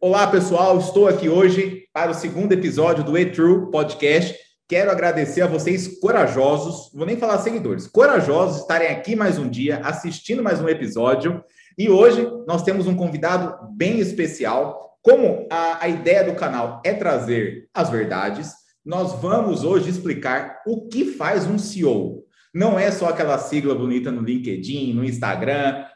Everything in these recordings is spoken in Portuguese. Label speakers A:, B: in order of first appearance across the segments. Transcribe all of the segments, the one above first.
A: Olá, pessoal. Estou aqui hoje para o segundo episódio do E-True Podcast. Quero agradecer a vocês corajosos, vou nem falar seguidores, corajosos estarem aqui mais um dia, assistindo mais um episódio. E hoje nós temos um convidado bem especial. Como a ideia do canal é trazer as verdades, nós vamos hoje explicar o que faz um CEO. Não é só aquela sigla bonita no LinkedIn, no Instagram,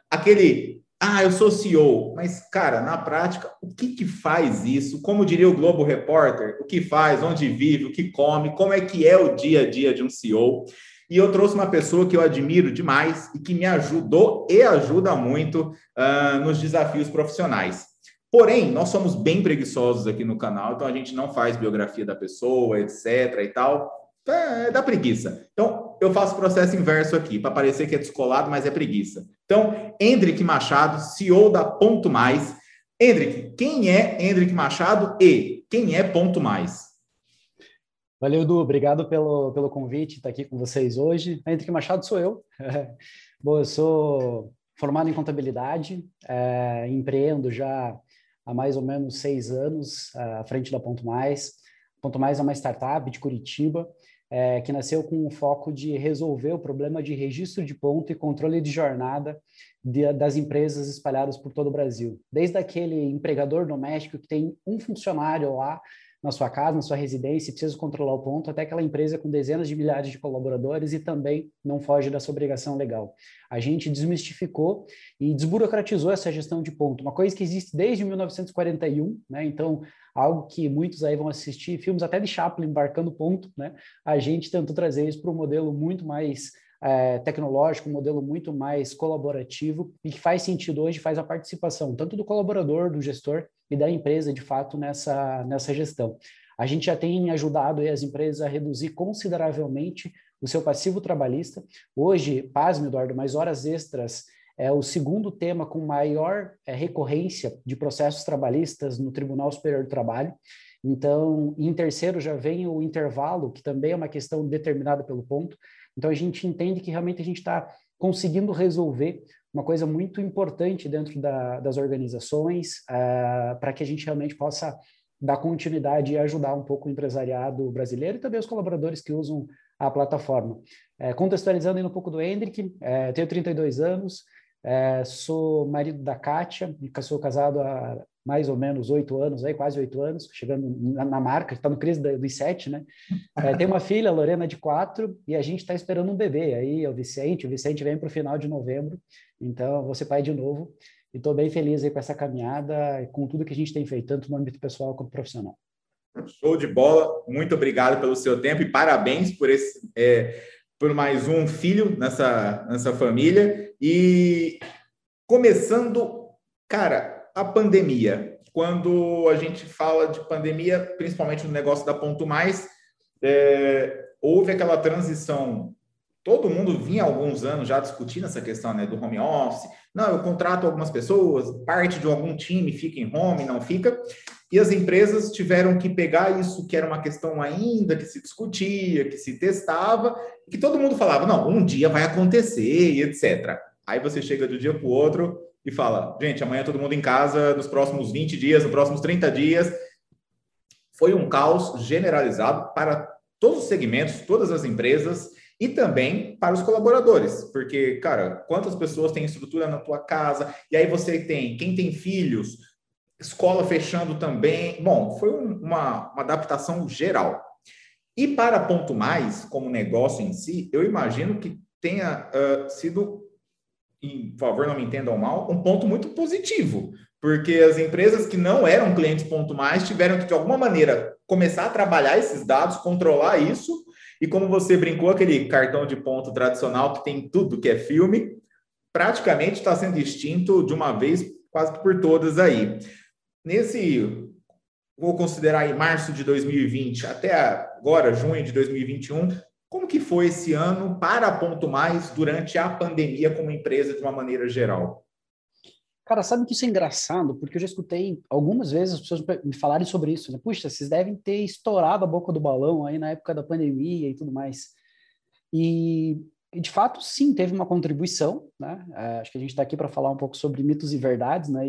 A: eu sou CEO, mas, cara, na prática, o que faz isso? Como diria o Globo Repórter, o que faz, onde vive, o que come, como é que é o dia a dia de um CEO? E eu trouxe uma pessoa que eu admiro demais e que me ajudou e ajuda muito nos desafios profissionais. Porém, nós somos bem preguiçosos aqui no canal, então a gente não faz biografia da pessoa, etc. e tal. É da preguiça. Então, eu faço o processo inverso aqui, para parecer que é descolado, mas é preguiça. Então, Hendrick Machado, CEO da Ponto Mais. Hendrick, quem é Hendrick Machado e quem é Ponto Mais?
B: Valeu, Edu. Obrigado pelo convite, estar aqui com vocês hoje. Hendrick Machado sou eu. Bom, eu sou formado em contabilidade, empreendo já há mais ou menos 6 anos à frente da Ponto Mais. Ponto Mais é uma startup de Curitiba, que nasceu com o foco de resolver o problema de registro de ponto e controle de jornada das empresas espalhadas por todo o Brasil. Desde aquele empregador doméstico que tem um funcionário lá na sua casa, na sua residência, e precisa controlar o ponto, até aquela empresa com dezenas de milhares de colaboradores e também não foge dessa obrigação legal. A gente desmistificou e desburocratizou essa gestão de ponto, uma coisa que existe desde 1941, né? Então, algo que muitos aí vão assistir, filmes até de Chaplin embarcando ponto, né? A gente tentou trazer isso para um modelo muito mais tecnológico, um modelo muito mais colaborativo e que faz sentido hoje, faz a participação tanto do colaborador, do gestor e da empresa, de fato, nessa gestão. A gente já tem ajudado aí as empresas a reduzir consideravelmente o seu passivo trabalhista. Hoje, pasme, Eduardo, mas horas extras é o segundo tema com maior recorrência de processos trabalhistas no Tribunal Superior do Trabalho. Então, em terceiro já vem o intervalo, que também é uma questão determinada pelo ponto. Então, a gente entende que realmente a gente está conseguindo resolver uma coisa muito importante dentro das organizações para que a gente realmente possa dar continuidade e ajudar um pouco o empresariado brasileiro e também os colaboradores que usam a plataforma. Contextualizando ainda um pouco do Hendrick, tenho 32 anos, sou marido da Kátia, sou casado há mais ou menos 8 anos, aí, quase 8 anos, chegando na marca, está no crise dos 7, né? Tem uma filha, Lorena, de 4, e a gente está esperando um bebê. Aí o Vicente vem para o final de novembro, então eu vou ser pai de novo, e estou bem feliz aí com essa caminhada, com tudo que a gente tem feito, tanto no âmbito pessoal quanto profissional.
A: Show de bola, muito obrigado pelo seu tempo e parabéns por mais um filho nessa família. E começando, cara, a pandemia. Quando a gente fala de pandemia, principalmente no negócio da Ponto Mais, houve aquela transição. Todo mundo vinha há alguns anos já discutindo essa questão, né, do home office. Não, eu contrato algumas pessoas, parte de algum time fica em home, não fica. E as empresas tiveram que pegar isso, que era uma questão ainda que se discutia, que se testava, que todo mundo falava, não, um dia vai acontecer e etc. Aí você chega de um dia para o outro e fala, gente, amanhã todo mundo em casa, nos próximos 20 dias, nos próximos 30 dias. Foi um caos generalizado para todos os segmentos, todas as empresas e também para os colaboradores, porque, cara, quantas pessoas têm estrutura na tua casa, e aí você tem, quem tem filhos, escola fechando também. Bom, foi uma adaptação geral. E para Ponto Mais, como negócio em si, eu imagino que tenha sido, por favor, não me entendam mal, um ponto muito positivo, porque as empresas que não eram clientes Ponto Mais tiveram que, de alguma maneira, começar a trabalhar esses dados, controlar isso, e como você brincou, aquele cartão de ponto tradicional que tem tudo que é filme, praticamente está sendo extinto de uma vez, quase que por todas aí. Vou considerar aí março de 2020 até agora, junho de 2021, como que foi esse ano para a Ponto Mais durante a pandemia como empresa de uma maneira geral?
B: Cara, sabe que isso é engraçado? Porque eu já escutei algumas vezes as pessoas me falarem sobre isso, né? Puxa, vocês devem ter estourado a boca do balão aí na época da pandemia e tudo mais. E de fato, sim, teve uma contribuição, né? Acho que a gente está aqui para falar um pouco sobre mitos e verdades, né? E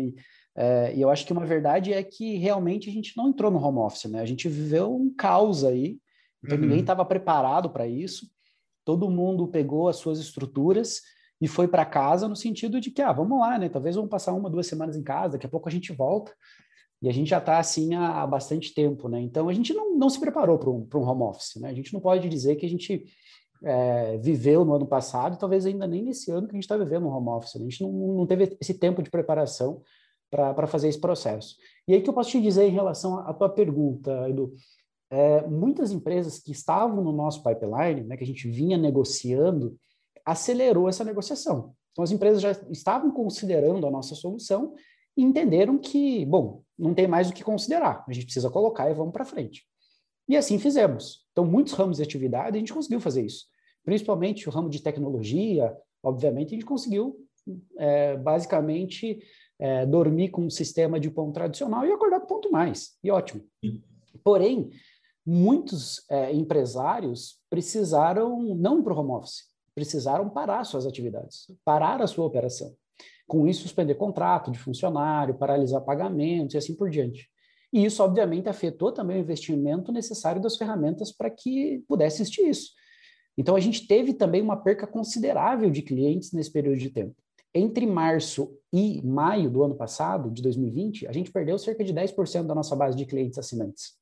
B: E eu acho que uma verdade é que realmente a gente não entrou no home office, né? A gente viveu um caos aí, então ninguém estava preparado para isso, todo mundo pegou as suas estruturas e foi para casa no sentido de que, vamos lá, né? Talvez vamos passar 1, 2 semanas em casa, daqui a pouco a gente volta. E a gente já está assim há bastante tempo, né? Então a gente não se preparou para um home office, né? A gente não pode dizer que a gente viveu no ano passado, talvez ainda nem nesse ano que a gente está vivendo no home office, né? A gente não teve esse tempo de preparação para fazer esse processo. E aí que eu posso te dizer em relação à tua pergunta, Edu, muitas empresas que estavam no nosso pipeline, né, que a gente vinha negociando, acelerou essa negociação. Então as empresas já estavam considerando a nossa solução e entenderam que, bom, não tem mais o que considerar, a gente precisa colocar e vamos para frente. E assim fizemos. Então, muitos ramos de atividade a gente conseguiu fazer isso. Principalmente o ramo de tecnologia, obviamente, a gente conseguiu basicamente dormir com um sistema de ponto tradicional e acordar com ponto mais. E ótimo. Porém, muitos empresários precisaram não ir para o home office, precisaram parar suas atividades, parar a sua operação. Com isso, suspender contrato de funcionário, paralisar pagamentos e assim por diante. E isso, obviamente, afetou também o investimento necessário das ferramentas para que pudesse existir isso. Então, a gente teve também uma perca considerável de clientes nesse período de tempo. Entre março e maio do ano passado, de 2020, a gente perdeu cerca de 10% da nossa base de clientes assinantes.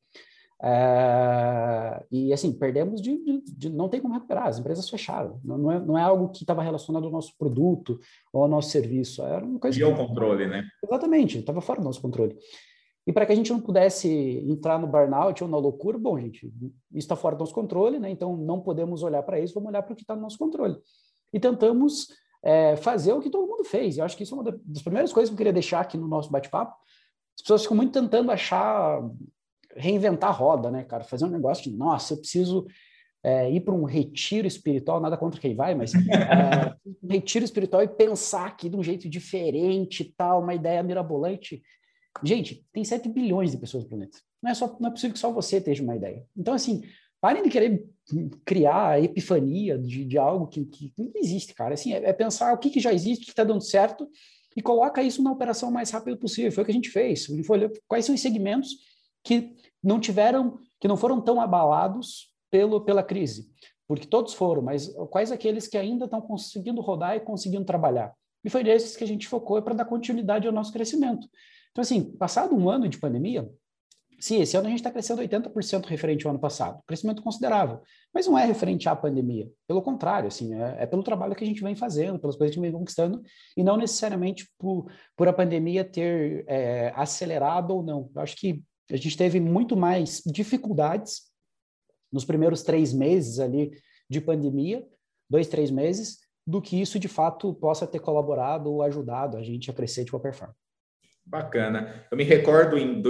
B: E assim, perdemos não tem como recuperar, as empresas fecharam, não é algo que estava relacionado ao nosso produto ou ao nosso serviço, era uma coisa
A: que o controle, né?
B: Exatamente, estava fora do nosso controle. E para que a gente não pudesse entrar no burnout ou na loucura, bom, gente, isso está fora do nosso controle, né? Então não podemos olhar para isso, vamos olhar para o que está no nosso controle. E tentamos fazer o que todo mundo fez. Eu acho que isso é uma das primeiras coisas que eu queria deixar aqui no nosso bate-papo. As pessoas ficam muito tentando reinventar a roda, né, cara? Fazer um negócio de, nossa, eu preciso ir para um retiro espiritual, nada contra quem vai, mas um retiro espiritual e pensar aqui de um jeito diferente e tal, uma ideia mirabolante. Gente, tem 7 bilhões de pessoas no planeta. Não é possível que só você esteja uma ideia. Então, assim, parem de querer criar a epifania de algo que não existe, cara. Assim, pensar o que já existe, o que está dando certo e coloca isso na operação o mais rápido possível. Foi o que a gente fez. A gente foi olhar quais são os segmentos que não foram tão abalados pela crise, porque todos foram, mas quais aqueles que ainda estão conseguindo rodar e conseguindo trabalhar? E foi desses que a gente focou para dar continuidade ao nosso crescimento. Então, assim, passado um ano de pandemia, sim, esse ano a gente está crescendo 80% referente ao ano passado, crescimento considerável, mas não é referente à pandemia, pelo contrário, assim, é pelo trabalho que a gente vem fazendo, pelas coisas que a gente vem conquistando, e não necessariamente por a pandemia ter acelerado ou não. Eu acho que a gente teve muito mais dificuldades nos primeiros 3 meses ali de pandemia, 2, 3 meses, do que isso de fato possa ter colaborado ou ajudado a gente a crescer de qualquer forma.
A: Bacana. Eu me recordo em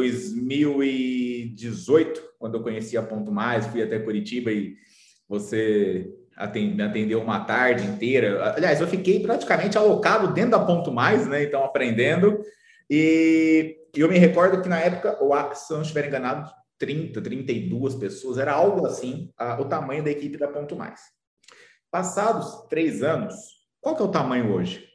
A: 2018, quando eu conheci a Ponto Mais, fui até Curitiba e você me atendeu uma tarde inteira. Aliás, eu fiquei praticamente alocado dentro da Ponto Mais, né? Então, aprendendo. E eu me recordo que na época, se eu não estiver enganado, 30, 32 pessoas, era algo assim, o tamanho da equipe da Ponto Mais. Passados 3 anos, qual que é o tamanho hoje?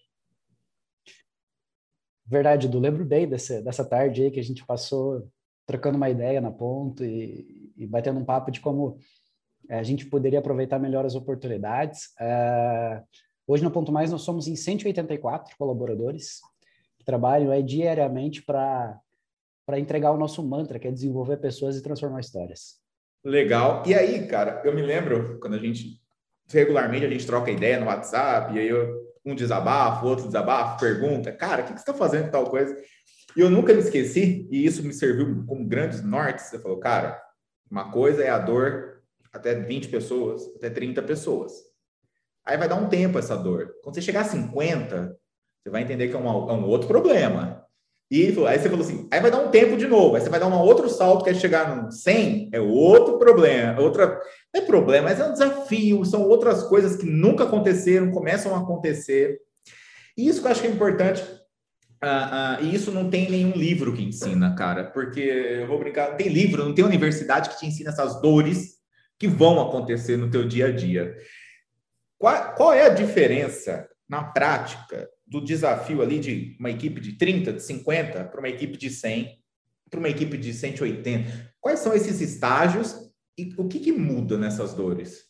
B: Verdade, Edu, lembro bem dessa tarde aí que a gente passou trocando uma ideia na Ponto e batendo um papo de como a gente poderia aproveitar melhor as oportunidades. Hoje na Ponto Mais nós somos em 184 colaboradores que trabalham diariamente para entregar o nosso mantra, que é desenvolver pessoas e transformar histórias.
A: Legal. E aí, cara, eu me lembro quando regularmente a gente troca ideia no WhatsApp, e aí um desabafo, outro desabafo, pergunta, cara, o que você está fazendo com tal coisa? E eu nunca me esqueci, e isso me serviu como grandes nortes. Você falou, cara, uma coisa é a dor até 20 pessoas, até 30 pessoas. Aí vai dar um tempo essa dor. Quando você chegar a 50, você vai entender que é um outro problema. E aí você falou assim, aí vai dar um tempo de novo, aí você vai dar um outro salto, que é chegar no 100, é outro problema, não é problema, mas é um desafio, são outras coisas que nunca aconteceram, começam a acontecer. E isso que eu acho que é importante, e isso não tem nenhum livro que ensina, cara, porque eu vou brincar, não tem livro, não tem universidade que te ensina essas dores que vão acontecer no teu dia a dia. Qual é a diferença, na prática, do desafio ali de uma equipe de 30, de 50, para uma equipe de 100, para uma equipe de 180? Quais são esses estágios e o que muda nessas dores?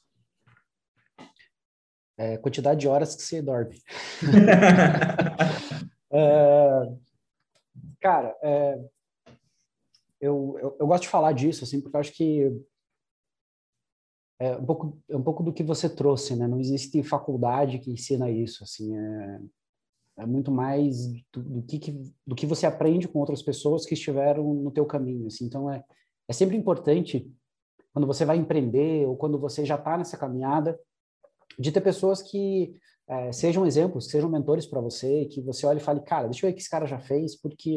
B: Quantidade de horas que você dorme. É, cara, eu gosto de falar disso, assim, porque eu acho que é um pouco do que você trouxe, né? Não existe faculdade que ensina isso, assim, é muito mais do que você aprende com outras pessoas que estiveram no teu caminho, assim. Então, é sempre importante, quando você vai empreender ou quando você já está nessa caminhada, de ter pessoas que sejam exemplos, que sejam mentores para você, que você olhe e fale, cara, deixa eu ver o que esse cara já fez, porque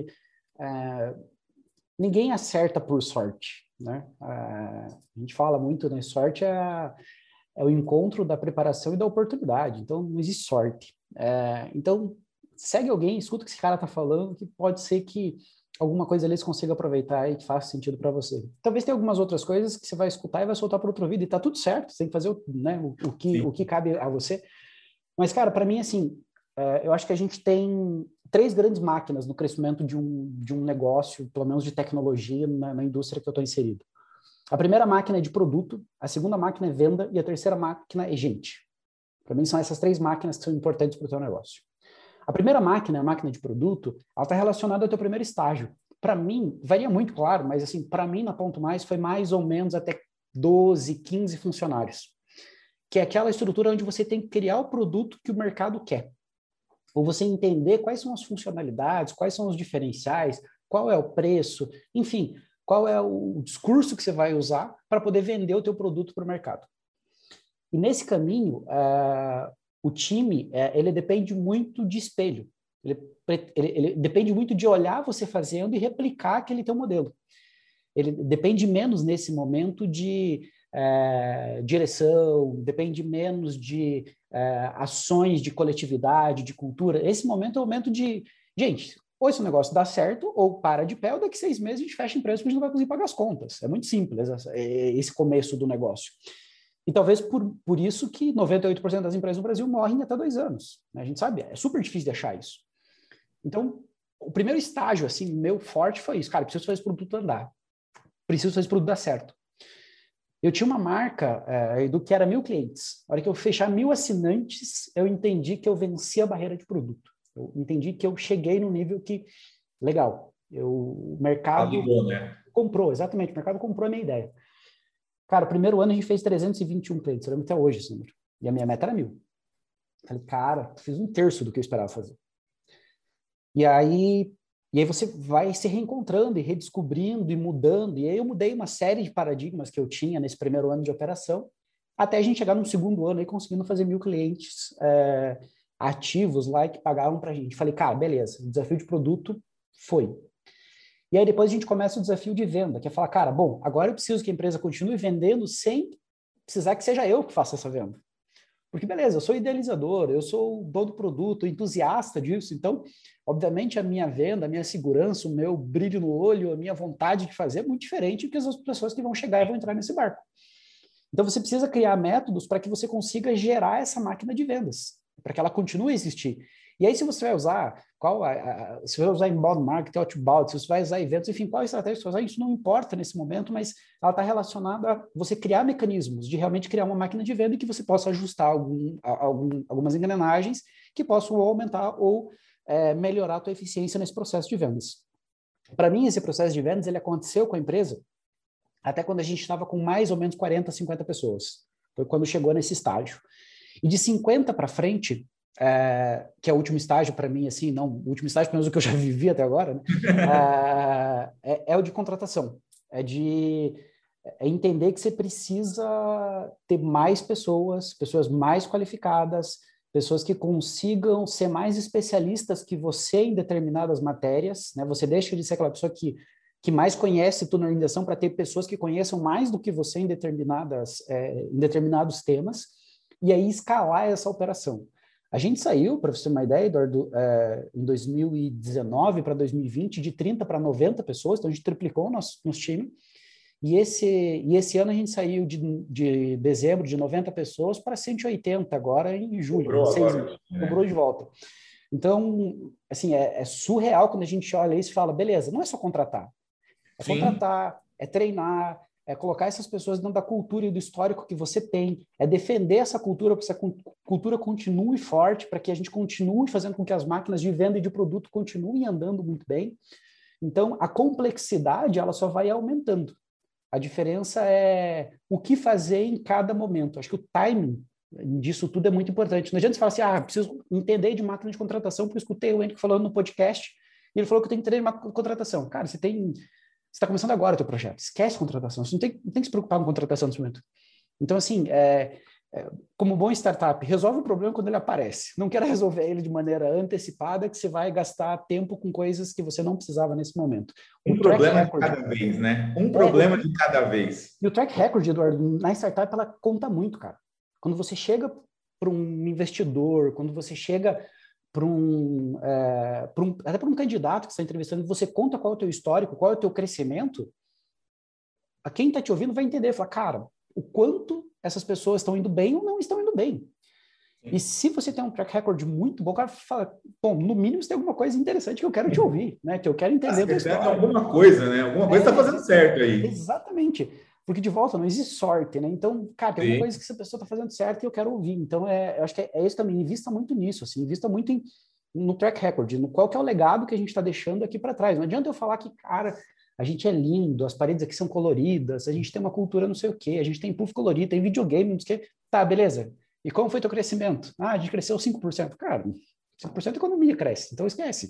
B: ninguém acerta por sorte, né? A gente fala muito, né? Sorte é o encontro da preparação e da oportunidade, então não existe sorte. Então, segue alguém, escuta o que esse cara está falando, que pode ser que alguma coisa ali você consiga aproveitar e que faça sentido para você. Talvez tenha algumas outras coisas que você vai escutar e vai soltar para outra vida, e tá tudo certo, você tem que fazer o que cabe a você. Mas, cara, para mim, assim, eu acho que a gente tem três grandes máquinas no crescimento de um negócio, pelo menos de tecnologia, na indústria que eu estou inserido. A primeira máquina é de produto, a segunda máquina é venda e a terceira máquina é gente. Para mim, são essas três máquinas que são importantes para o teu negócio. A primeira máquina, a máquina de produto, ela está relacionada ao teu primeiro estágio. Para mim, varia muito, claro, mas assim, para mim, na Ponto Mais, foi mais ou menos até 12, 15 funcionários. Que é aquela estrutura onde você tem que criar o produto que o mercado quer. Ou você entender quais são as funcionalidades, quais são os diferenciais, qual é o preço, enfim, qual é o discurso que você vai usar para poder vender o teu produto para o mercado. E nesse caminho, o time, ele depende muito de espelho. Ele depende muito de olhar você fazendo e replicar aquele teu modelo. Ele depende menos, nesse momento, de direção, depende menos de ações de coletividade, de cultura. Esse momento é o momento de, gente, ou esse negócio dá certo, ou para de pé, ou daqui 6 meses a gente fecha a empresa porque a gente não vai conseguir pagar as contas. É muito simples esse começo do negócio. E talvez por isso que 98% das empresas no Brasil morrem até 2 anos. A gente sabe, é super difícil de achar isso. Então, o primeiro estágio, assim, meu forte foi isso. Cara, preciso fazer esse produto andar. Preciso fazer esse produto dar certo. Eu tinha uma marca do que era 1.000 clientes. Na hora que eu fechar 1.000 assinantes, eu entendi que eu venci a barreira de produto. Eu entendi que eu cheguei no nível que, legal, o mercado comprou, exatamente, o mercado comprou a minha ideia. Cara, o primeiro ano a gente fez 321 clientes, eu lembro até hoje esse número. E a minha meta era 1.000. Falei, cara, fiz 1/3 do que eu esperava fazer. E aí você vai se reencontrando e redescobrindo e mudando. E aí eu mudei uma série de paradigmas que eu tinha nesse primeiro ano de operação, até a gente chegar no segundo ano aí conseguindo fazer 1.000 clientes ativos lá que pagavam para a gente. Falei, cara, beleza, o desafio de produto foi. E aí depois a gente começa o desafio de venda, que é falar, cara, bom, agora eu preciso que a empresa continue vendendo sem precisar que seja eu que faça essa venda. Porque, beleza, eu sou idealizador, eu sou o dono do produto, entusiasta disso, então, obviamente, a minha venda, a minha segurança, o meu brilho no olho, a minha vontade de fazer é muito diferente do que as outras pessoas que vão chegar e vão entrar nesse barco. Então, você precisa criar métodos para que você consiga gerar essa máquina de vendas, para que ela continue a existir. E aí, se você vai usar, se você vai usar inbound marketing, outbound, se você vai usar eventos, enfim, qual estratégia você vai usar, isso não importa nesse momento, mas ela está relacionada a você criar mecanismos de realmente criar uma máquina de venda e que você possa ajustar algumas engrenagens que possam aumentar ou melhorar a tua eficiência nesse processo de vendas. Para mim, esse processo de vendas, ele aconteceu com a empresa até quando a gente estava com mais ou menos 40, 50 pessoas. Foi quando chegou nesse estágio. E de 50 para frente, que é o último estágio para mim, assim, não, o último estágio, pelo menos o que eu já vivi até agora, né? É o de contratação. É entender que você precisa ter mais pessoas mais qualificadas, pessoas que consigam ser mais especialistas que você em determinadas matérias, né? Você deixa de ser aquela pessoa que mais conhece tunelização para ter pessoas que conheçam mais do que você em determinados temas, e aí escalar essa operação. A gente saiu, para você ter uma ideia, Eduardo, em 2019 para 2020, de 30 para 90 pessoas, então a gente triplicou o nosso time, e esse ano a gente saiu de dezembro de 90 pessoas para 180 agora em julho.
A: Dobrou agora.
B: Dobrou de volta. Então, assim, é surreal quando a gente olha isso e fala, beleza, não é só contratar. É
A: Sim.
B: contratar, é treinar, é colocar essas pessoas dentro da cultura e do histórico que você tem, é defender essa cultura para que essa cultura continue forte, para que a gente continue fazendo com que as máquinas de venda e de produto continuem andando muito bem. Então, a complexidade, ela só vai aumentando. A diferença é o que fazer em cada momento. Acho que o timing disso tudo é muito importante. Não adianta você falar assim, preciso entender de máquina de contratação, porque eu escutei o Henrique falando no podcast, e ele falou que eu tenho que entender de máquina de contratação. Cara, você está começando agora o teu projeto, esquece contratação, você não tem que se preocupar com contratação nesse momento. Então, assim, como bom startup, resolve o problema quando ele aparece. Não quero resolver ele de maneira antecipada, que você vai gastar tempo com coisas que você não precisava nesse momento.
A: Um problema de cada vez, né? Um problema de cada vez.
B: E o track record, Eduardo, na startup, ela conta muito, cara. Quando você chega para um investidor, quando você chega até para um candidato que está entrevistando, você conta qual é o teu histórico, qual é o teu crescimento, a quem está te ouvindo vai entender, falar, cara, o quanto essas pessoas estão indo bem ou não estão indo bem. E se você tem um track record muito bom, o cara fala, bom, no mínimo você tem alguma coisa interessante que eu quero te ouvir, né? Que eu quero entender a tua história.
A: Alguma coisa, né? Alguma coisa está fazendo certo aí.
B: Exatamente. Porque, de volta, não existe sorte, né? Então, cara, tem alguma coisa que essa pessoa está fazendo certo e eu quero ouvir. Então, eu acho que é isso também. Invista muito nisso, assim. Invista muito no track record, no qual que é o legado que a gente está deixando aqui para trás. Não adianta eu falar que, cara, a gente é lindo, as paredes aqui são coloridas, a gente tem uma cultura não sei o quê, a gente tem puff colorido, tem videogame, não sei o quê. Tá, beleza. E como foi teu crescimento? A gente cresceu 5%. Cara, 5% a economia cresce, então esquece.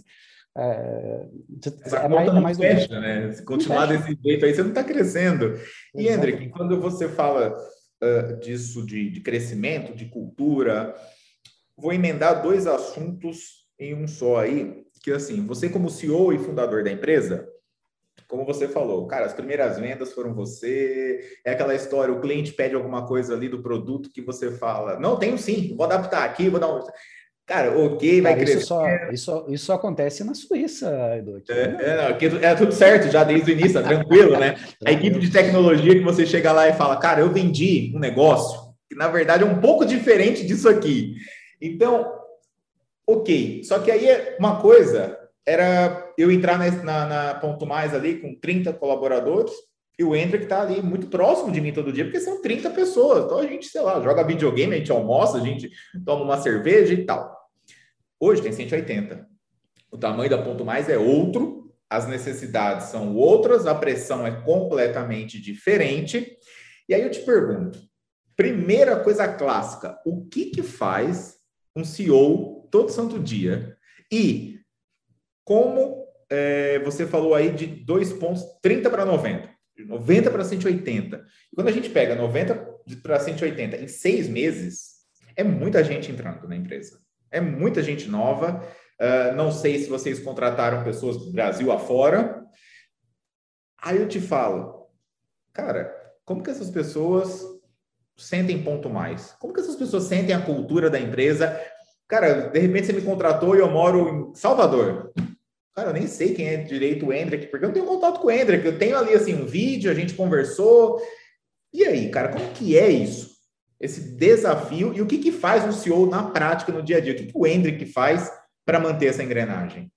A: Essa conta não fecha, né? Se continuar desse jeito aí, você não está crescendo. E, Hendrik, quando você fala disso de crescimento, de cultura, vou emendar dois assuntos em um só aí, que assim, você como CEO e fundador da empresa, como você falou, cara, as primeiras vendas foram você, é aquela história, o cliente pede alguma coisa ali do produto que você fala, não, tenho sim, vou adaptar aqui, vou dar um... Cara, ok, vai crescer.
B: Isso acontece na Suíça, Edu.
A: É tudo certo já desde o início, tá tranquilo, né? A equipe de tecnologia que você chega lá e fala, cara, eu vendi um negócio que na verdade é um pouco diferente disso aqui. Então, ok. Só que aí uma coisa era eu entrar na Ponto Mais ali com 30 colaboradores e o Hendrik está ali muito próximo de mim todo dia, porque são 30 pessoas. Então a gente, sei lá, joga videogame, a gente almoça, a gente toma uma cerveja e tal. Hoje tem 180. O tamanho da Ponto Mais é outro, as necessidades são outras, a pressão é completamente diferente. E aí eu te pergunto, primeira coisa clássica, o que faz um CEO todo santo dia? E como você falou aí de 2 pontos, 30 para 90, 90 para 180. E quando a gente pega 90 para 180 em 6 meses, é muita gente entrando na empresa. É muita gente nova. Não sei se vocês contrataram pessoas do Brasil afora. Aí eu te falo, cara, como que essas pessoas sentem Ponto Mais? Como que essas pessoas sentem a cultura da empresa? Cara, de repente você me contratou e eu moro em Salvador. Cara, eu nem sei quem é direito o Hendrik, porque eu não tenho contato com o Hendrik. Eu tenho ali, assim, um vídeo, a gente conversou. E aí, cara, como que é isso? Esse desafio e o que faz um CEO na prática, no dia a dia? O que o Hendrik faz para manter essa engrenagem?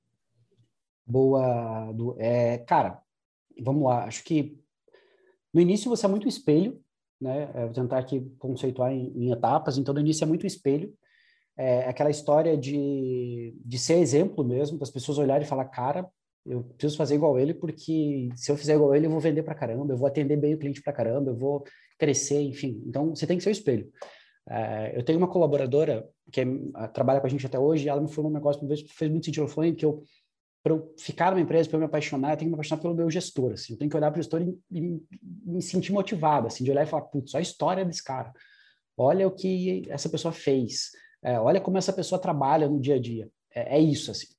B: Boa, cara, vamos lá. Acho que no início você é muito espelho, né? Eu vou tentar aqui conceituar em etapas. Então, no início é muito espelho. Aquela história de ser exemplo mesmo, das pessoas olharem e falar, cara, eu preciso fazer igual ele, porque se eu fizer igual ele, eu vou vender pra caramba, eu vou atender bem o cliente pra caramba, eu vou crescer, enfim. Então, você tem que ser o espelho. Eu tenho uma colaboradora que trabalha com a gente até hoje, e ela me falou um negócio que fez muito sentido. Ela falou que para eu ficar numa empresa, para eu me apaixonar, eu tenho que me apaixonar pelo meu gestor, assim. Eu tenho que olhar para o gestor e me sentir motivado, assim, de olhar e falar, putz, olha a história desse cara. Olha o que essa pessoa fez. Olha como essa pessoa trabalha no dia a dia. É isso, assim.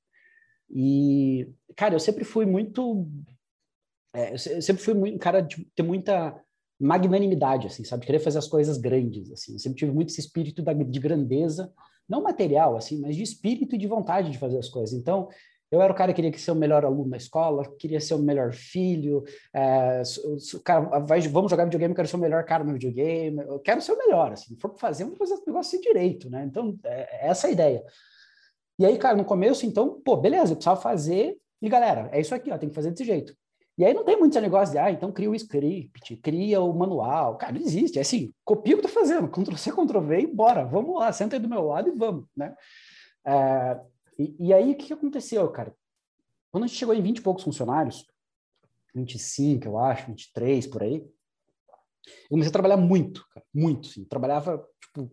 B: E, cara, eu sempre fui muito... eu sempre fui muito, um cara de ter muita magnanimidade, assim, sabe? Querer fazer as coisas grandes, assim. Eu sempre tive muito esse espírito de grandeza, não material, assim, mas de espírito e de vontade de fazer as coisas. Então, eu era o cara que queria ser o melhor aluno na escola, queria ser o melhor filho, cara, vamos jogar videogame, eu quero ser o melhor cara no videogame, eu quero ser o melhor, assim, se for fazer, vamos fazer o negócio assim direito, né? Então, essa é a ideia. E aí, cara, no começo, então, pô, beleza, eu precisava fazer, e galera, é isso aqui, ó, tem que fazer desse jeito. E aí não tem muito esse negócio de, então cria o script, cria o manual. Cara, não existe. É assim, copia o que eu tô fazendo, Ctrl+C, Ctrl+V e bora. Vamos lá, senta aí do meu lado e vamos, né? E aí, o que aconteceu, cara? Quando a gente chegou em 20 e poucos funcionários, 25, eu acho, 23, por aí, eu comecei a trabalhar muito, cara, muito, sim. Trabalhava, tipo,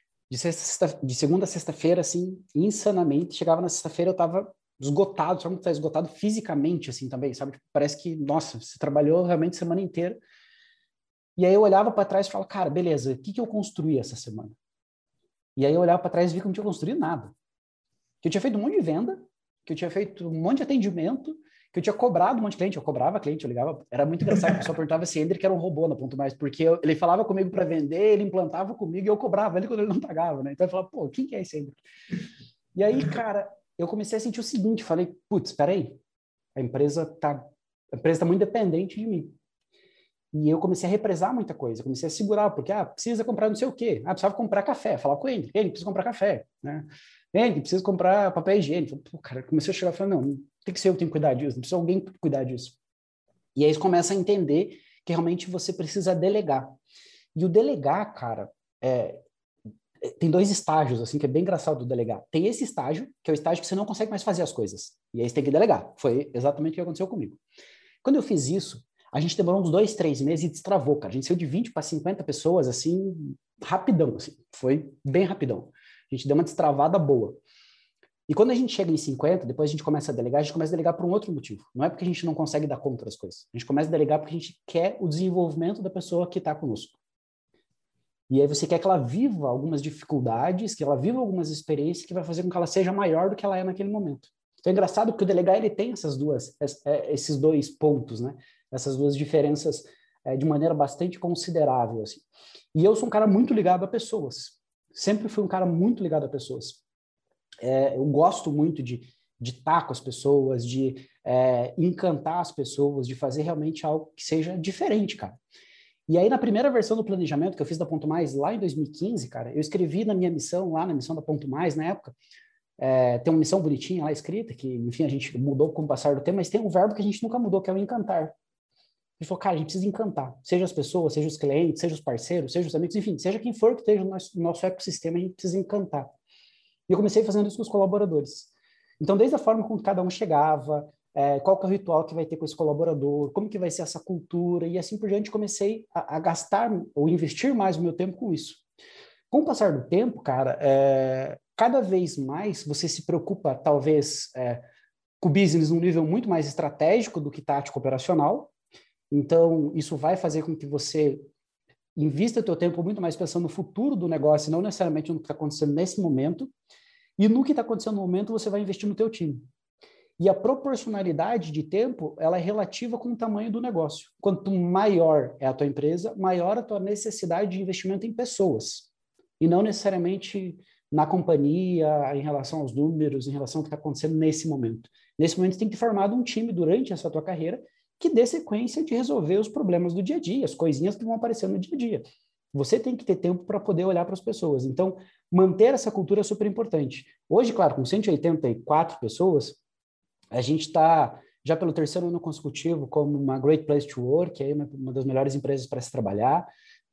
B: de segunda a sexta-feira, assim, insanamente. Chegava na sexta-feira, eu tava esgotado, sabe? Tá esgotado fisicamente, assim, também, sabe? Tipo, parece que, nossa, você trabalhou realmente a semana inteira. E aí eu olhava para trás e falava, cara, beleza, o que eu construí essa semana? E aí eu olhava para trás e vi que eu não tinha construído nada. Que eu tinha feito um monte de venda, que eu tinha feito um monte de atendimento, que eu tinha cobrado um monte de cliente, eu cobrava cliente, eu ligava, era muito engraçado, o pessoal perguntava se Ender que era um robô na Ponto Mais, porque ele falava comigo para vender, ele implantava comigo e eu cobrava ele quando ele não pagava, né? Então eu falava, pô, quem que é esse Ender? E aí, cara, eu comecei a sentir o seguinte, falei, putz, espera aí, a empresa tá muito dependente de mim. E eu comecei a represar muita coisa, comecei a segurar, porque, precisa comprar não sei o quê, precisava comprar café, falar com ele precisa comprar café, né? Ele precisa comprar papel higiênico. Pô, cara, comecei a chegar e falar, não, tem que ser eu que tenho que cuidar disso, não precisa alguém cuidar disso. E aí você começa a entender que realmente você precisa delegar. E o delegar, cara, tem dois estágios, assim, que é bem engraçado do delegar. Tem esse estágio, que é o estágio que você não consegue mais fazer as coisas. E aí você tem que delegar. Foi exatamente o que aconteceu comigo. Quando eu fiz isso, a gente demorou uns 2, 3 meses e destravou, cara. A gente saiu de 20 para 50 pessoas, assim, rapidão, assim. Foi bem rapidão. A gente deu uma destravada boa. E quando a gente chega em 50, depois a gente começa a gente começa a delegar por um outro motivo. Não é porque a gente não consegue dar conta das coisas. A gente começa a delegar porque a gente quer o desenvolvimento da pessoa que está conosco. E aí você quer que ela viva algumas dificuldades, que ela viva algumas experiências que vai fazer com que ela seja maior do que ela é naquele momento. Então é engraçado porque o delegar ele tem esses dois pontos, né? Essas duas diferenças de maneira bastante considerável, assim. E eu sou um cara muito ligado a pessoas. Sempre fui um cara muito ligado a pessoas. Eu gosto muito de estar com as pessoas, de encantar as pessoas, de fazer realmente algo que seja diferente, cara. E aí, na primeira versão do planejamento que eu fiz da Ponto Mais, lá em 2015, cara, eu escrevi na minha missão, lá na missão da Ponto Mais, na época, tem uma missão bonitinha lá escrita, que, enfim, a gente mudou com o passar do tempo, mas tem um verbo que a gente nunca mudou, que é o encantar. A gente falou, cara, a gente precisa encantar. Seja as pessoas, seja os clientes, seja os parceiros, seja os amigos, enfim, seja quem for que esteja no nosso ecossistema, a gente precisa encantar. E eu comecei fazendo isso com os colaboradores. Então, desde a forma como cada um chegava, qual que é o ritual que vai ter com esse colaborador, como que vai ser essa cultura, e assim por diante, comecei a gastar ou investir mais o meu tempo com isso. Com o passar do tempo, cara, cada vez mais você se preocupa, talvez, com o business num nível muito mais estratégico do que tático operacional. Então, isso vai fazer com que você invista o teu tempo muito mais pensando no futuro do negócio, não necessariamente no que está acontecendo nesse momento. E no que está acontecendo no momento, você vai investir no teu time. E a proporcionalidade de tempo, ela é relativa com o tamanho do negócio. Quanto maior é a tua empresa, maior a tua necessidade de investimento em pessoas. E não necessariamente na companhia, em relação aos números, em relação ao que está acontecendo nesse momento. Nesse momento, você tem que ter formado um time durante essa tua carreira que dê sequência de resolver os problemas do dia a dia, as coisinhas que vão aparecendo no dia a dia. Você tem que ter tempo para poder olhar para as pessoas. Então, manter essa cultura é super importante. Hoje, claro, com 184 pessoas, a gente está já pelo terceiro ano consecutivo como uma Great Place to Work, aí uma das melhores empresas para se trabalhar.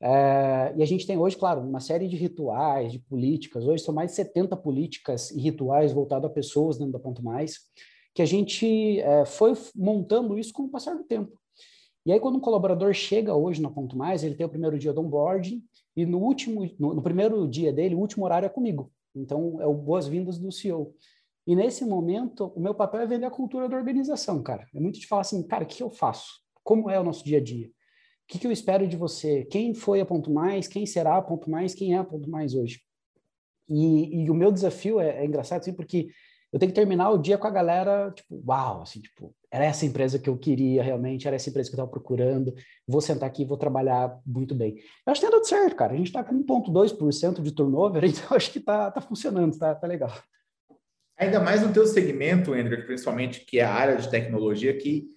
B: E a gente tem hoje, claro, uma série de rituais, de políticas. Hoje são mais de 70 políticas e rituais voltados a pessoas dentro da Ponto Mais, que a gente foi montando isso com o passar do tempo. E aí, quando um colaborador chega hoje na Ponto Mais, ele tem o primeiro dia do onboarding e no primeiro dia dele, o último horário é comigo. Então, é o boas-vindas do CEO. E nesse momento, o meu papel é vender a cultura da organização, cara. É muito de falar assim, cara, o que eu faço? Como é o nosso dia a dia? O que eu espero de você? Quem foi a Ponto Mais? Quem será a Ponto Mais? Quem é a Ponto Mais hoje? E o meu desafio é engraçado, assim, porque eu tenho que terminar o dia com a galera, tipo, uau, assim, tipo, era essa empresa que eu queria realmente, era essa empresa que eu estava procurando, vou sentar aqui e vou trabalhar muito bem. Eu acho que tem dado certo, cara. A gente está com 1,2% de turnover, então acho que tá funcionando, tá legal.
A: Ainda mais no teu segmento, André, principalmente, que é a área de tecnologia, que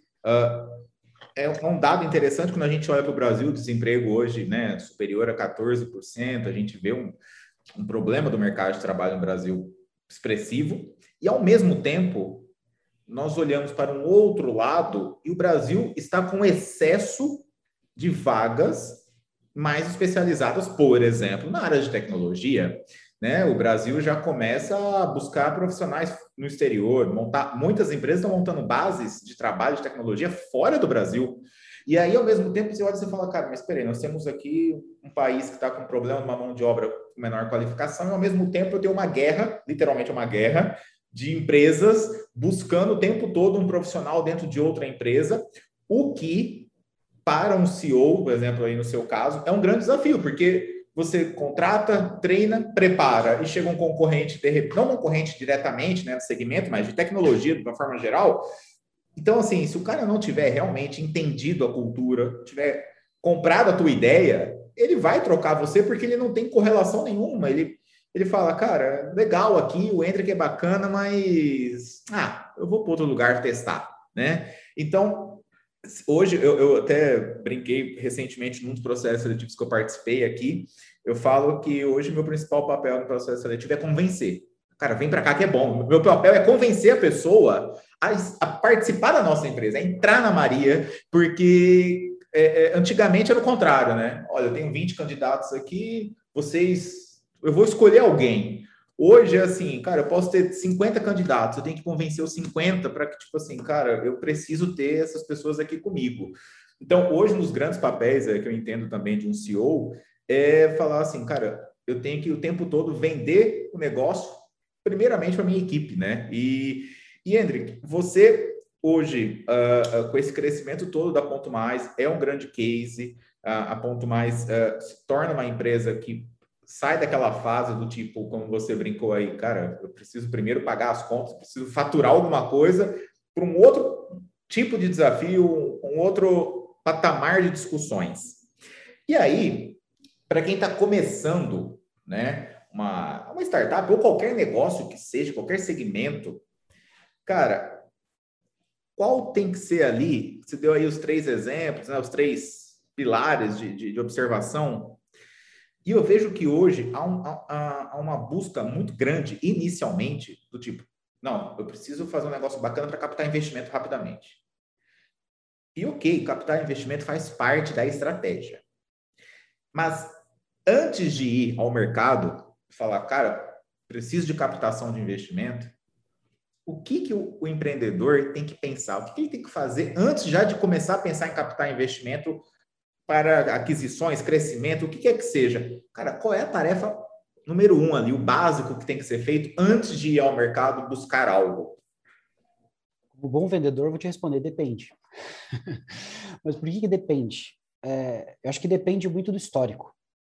A: é um dado interessante quando a gente olha para o Brasil, o desemprego hoje, né, superior a 14%, a gente vê um problema do mercado de trabalho no Brasil expressivo, E, ao mesmo tempo, nós olhamos para um outro lado e o Brasil está com excesso de vagas mais especializadas, por exemplo, na área de tecnologia, né? O Brasil já começa a buscar profissionais no exterior, muitas empresas estão montando bases de trabalho de tecnologia fora do Brasil. E aí, ao mesmo tempo, você olha e você fala, cara, mas espera aí, nós temos aqui um país que está com problema de uma mão de obra com menor qualificação, e ao mesmo tempo eu tenho uma guerra, literalmente uma guerra, de empresas buscando o tempo todo um profissional dentro de outra empresa, o que, para um CEO, por exemplo, aí no seu caso, é um grande desafio, porque você contrata, treina, prepara, e chega um concorrente, não concorrente diretamente, né, no segmento, mas de tecnologia, de uma forma geral. Então, assim, se o cara não tiver realmente entendido a cultura, tiver comprado a tua ideia, ele vai trocar você porque ele não tem correlação nenhuma. Ele fala, cara, legal aqui, o Hendrick é bacana, mas eu vou para outro lugar testar, né? Então, hoje, eu até brinquei recentemente num dos processos seletivos que eu participei aqui, eu falo que hoje meu principal papel no processo seletivo é convencer. Cara, vem para cá que é bom. Meu papel é convencer a pessoa a participar da nossa empresa, a entrar na Maria, porque antigamente era o contrário, né? Olha, eu tenho 20 candidatos aqui, eu vou escolher alguém. Hoje é assim, cara, eu posso ter 50 candidatos, eu tenho que convencer os 50 para que, tipo assim, cara, eu preciso ter essas pessoas aqui comigo. Então, hoje, nos grandes papéis que eu entendo também de um CEO, é falar assim, cara, eu tenho que o tempo todo vender o negócio, primeiramente para a minha equipe, né? E Hendrick, você hoje, com esse crescimento todo da Ponto Mais, é um grande case, a Ponto Mais se torna uma empresa que sai daquela fase do tipo, como você brincou aí, cara, eu preciso primeiro pagar as contas, preciso faturar alguma coisa para um outro tipo de desafio, um outro patamar de discussões. E aí, para quem está começando, né, uma startup ou qualquer negócio que seja, qualquer segmento, cara, qual tem que ser ali? Você deu aí os 3 exemplos, né, os 3 pilares de observação. E eu vejo que hoje há uma busca muito grande, inicialmente, do tipo, não, eu preciso fazer um negócio bacana para captar investimento rapidamente. E ok, captar investimento faz parte da estratégia. Mas antes de ir ao mercado, falar, cara, preciso de captação de investimento, o que o empreendedor tem que pensar? O que ele tem que fazer antes já de começar a pensar em captar investimento para aquisições, crescimento, o que quer que seja? Cara, qual é a tarefa número 1 ali, o básico que tem que ser feito antes de ir ao mercado buscar algo?
B: Como bom vendedor, eu vou te responder, depende. Mas por que depende? Eu acho que depende muito do histórico.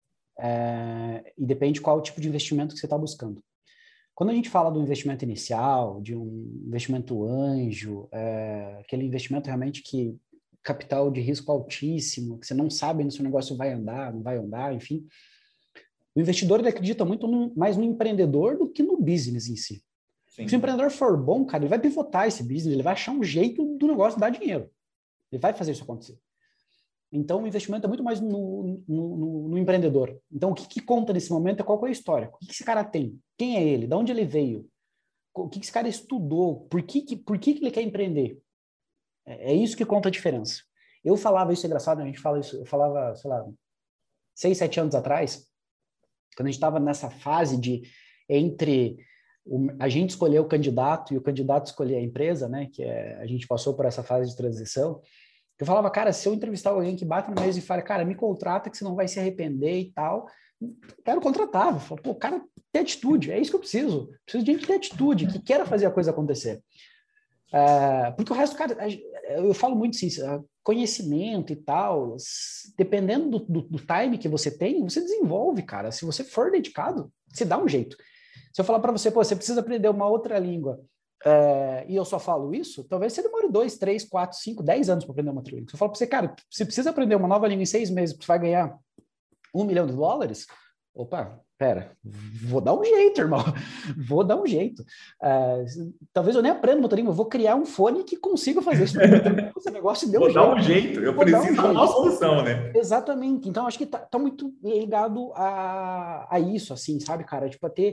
B: E depende qual tipo de investimento que você está buscando. Quando a gente fala do investimento inicial, de um investimento anjo, aquele investimento realmente que capital de risco altíssimo, que você não sabe se o negócio vai andar, não vai andar, enfim. O investidor ele acredita muito mais no empreendedor do que no business em si. Sim. Se o empreendedor for bom, cara, ele vai pivotar esse business, ele vai achar um jeito do negócio dar dinheiro. Ele vai fazer isso acontecer. Então, o investimento é muito mais no empreendedor. Então, o que conta nesse momento é qual é a história. O que esse cara tem? Quem é ele? De onde ele veio? O que esse cara estudou? Por que ele quer empreender? É isso que conta a diferença. Eu falava isso, é engraçado, a gente fala isso, eu falava, sei lá, 6, 7 anos atrás, quando a gente estava nessa fase de entre a gente escolher o candidato e o candidato escolher a empresa, né, a gente passou por essa fase de transição, eu falava, cara, se eu entrevistar alguém que bate na mesa e fala, cara, me contrata que você não vai se arrepender e tal, quero contratar. Eu falo, pô, cara, tem atitude, é isso que eu preciso. Preciso de gente que tem atitude, que queira fazer a coisa acontecer. Porque o resto, cara, eu falo muito assim, conhecimento e tal, dependendo do time que você tem, você desenvolve, cara. Se você for dedicado, você dá um jeito. Se eu falar para você, pô, você precisa aprender uma outra língua, e eu só falo isso, talvez você demore 2, 3, 4, 5, 10 anos para aprender uma outra língua. Se eu falo para você, cara, você precisa aprender uma nova língua em 6 meses, você vai ganhar $1 milhão, opa, pera, vou dar um jeito, irmão, vou dar um jeito. Talvez eu nem aprenda uma outra língua, eu vou criar um fone que consiga fazer isso. Esse negócio deu
A: um jeito. Vou dar um jeito, eu preciso dar uma solução, né?
B: Exatamente, então acho que tá muito ligado a isso, assim, sabe, cara, tipo, a ter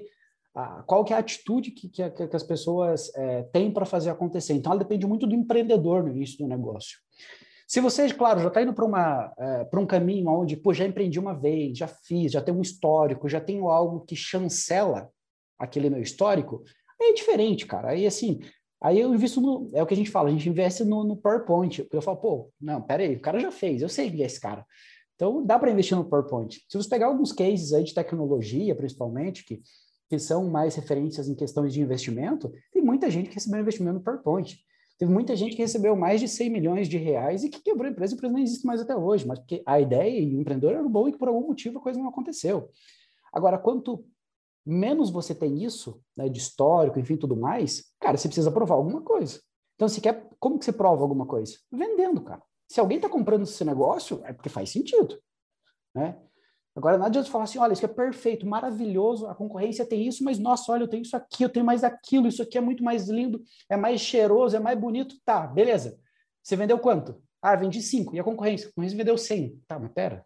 B: qual que é a atitude que as pessoas têm para fazer acontecer. Então, ela depende muito do empreendedor no início do negócio. Se você, claro, já está indo para um caminho onde, pô, já empreendi uma vez, já fiz, já tenho um histórico, já tenho algo que chancela aquele meu histórico, aí é diferente, cara. Aí, assim, aí eu invisto é o que a gente fala, a gente investe no PowerPoint. Eu falo, pô, não, pera aí, o cara já fez, eu sei quem é esse cara. Então, dá para investir no PowerPoint. Se você pegar alguns cases aí de tecnologia, principalmente, que são mais referências em questões de investimento, tem muita gente que recebeu investimento no PowerPoint. Teve muita gente que recebeu mais de 100 milhões de reais e que quebrou a empresa não existe mais até hoje, mas porque a ideia e o empreendedor era bom e que por algum motivo a coisa não aconteceu. Agora, quanto menos você tem isso, né, de histórico, enfim, tudo mais, cara, você precisa provar alguma coisa. Então, se quer, como que você prova alguma coisa? Vendendo, cara. Se alguém está comprando esse negócio, é porque faz sentido, né? Agora, não adianta falar assim, olha, isso é perfeito, maravilhoso, a concorrência tem isso, mas, nossa, olha, eu tenho isso aqui, eu tenho mais aquilo, isso aqui é muito mais lindo, é mais cheiroso, é mais bonito. Tá, beleza. Você vendeu quanto? Ah, vendi 5. E a concorrência? Vendeu 100. Tá, mas pera.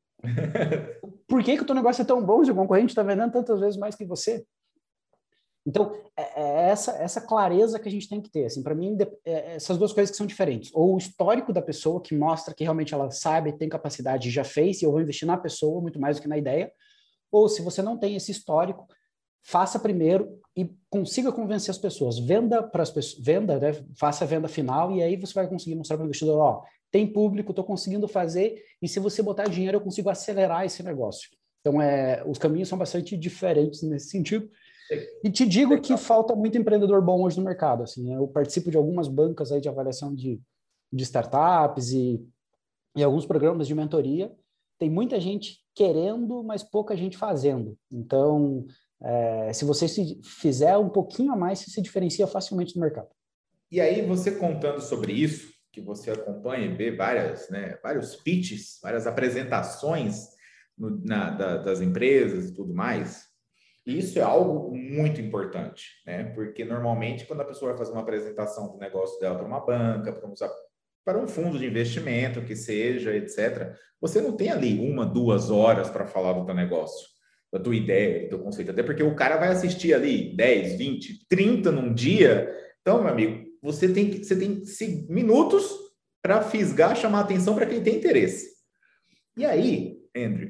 B: Por que o teu negócio é tão bom se o concorrente está vendendo tantas vezes mais que você? Então, é essa clareza que a gente tem que ter. Assim, para mim, essas duas coisas que são diferentes. Ou o histórico da pessoa, que mostra que realmente ela sabe, tem capacidade, já fez, e eu vou investir na pessoa muito mais do que na ideia. Ou se você não tem esse histórico, faça primeiro e consiga convencer as pessoas. Venda para as pessoas, venda, né? Faça a venda final, e aí você vai conseguir mostrar para o investidor, ó, tem público, estou conseguindo fazer, e se você botar dinheiro, eu consigo acelerar esse negócio. Então, os caminhos são bastante diferentes nesse sentido. E te digo que falta muito empreendedor bom hoje no mercado. Assim, eu participo de algumas bancas aí de avaliação de startups e alguns programas de mentoria. Tem muita gente querendo, mas pouca gente fazendo. Então, se você se fizer um pouquinho a mais, você se diferencia facilmente no mercado.
A: E aí, você contando sobre isso, que você acompanha e vê vários pitches, várias apresentações das empresas e tudo mais, isso é algo muito importante, né? Porque normalmente quando a pessoa vai fazer uma apresentação do negócio dela para uma banca, para um fundo de investimento, que seja, etc., você não tem ali 1, 2 horas para falar do teu negócio, da tua ideia, do teu conceito, até porque o cara vai assistir ali 10, 20, 30 num dia. Então, meu amigo, você tem minutos para fisgar, chamar atenção para quem tem interesse. E aí, Andrew,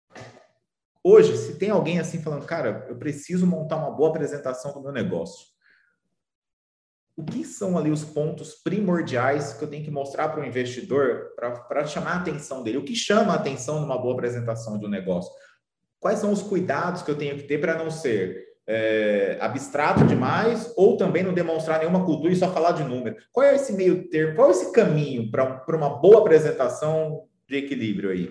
A: hoje, se tem alguém assim falando, cara, eu preciso montar uma boa apresentação do meu negócio, o que são ali os pontos primordiais que eu tenho que mostrar para o investidor para chamar a atenção dele? O que chama a atenção numa boa apresentação de um negócio? Quais são os cuidados que eu tenho que ter para não ser abstrato demais ou também não demonstrar nenhuma cultura e só falar de número? Qual é esse meio termo? Qual é esse caminho para uma boa apresentação de equilíbrio aí?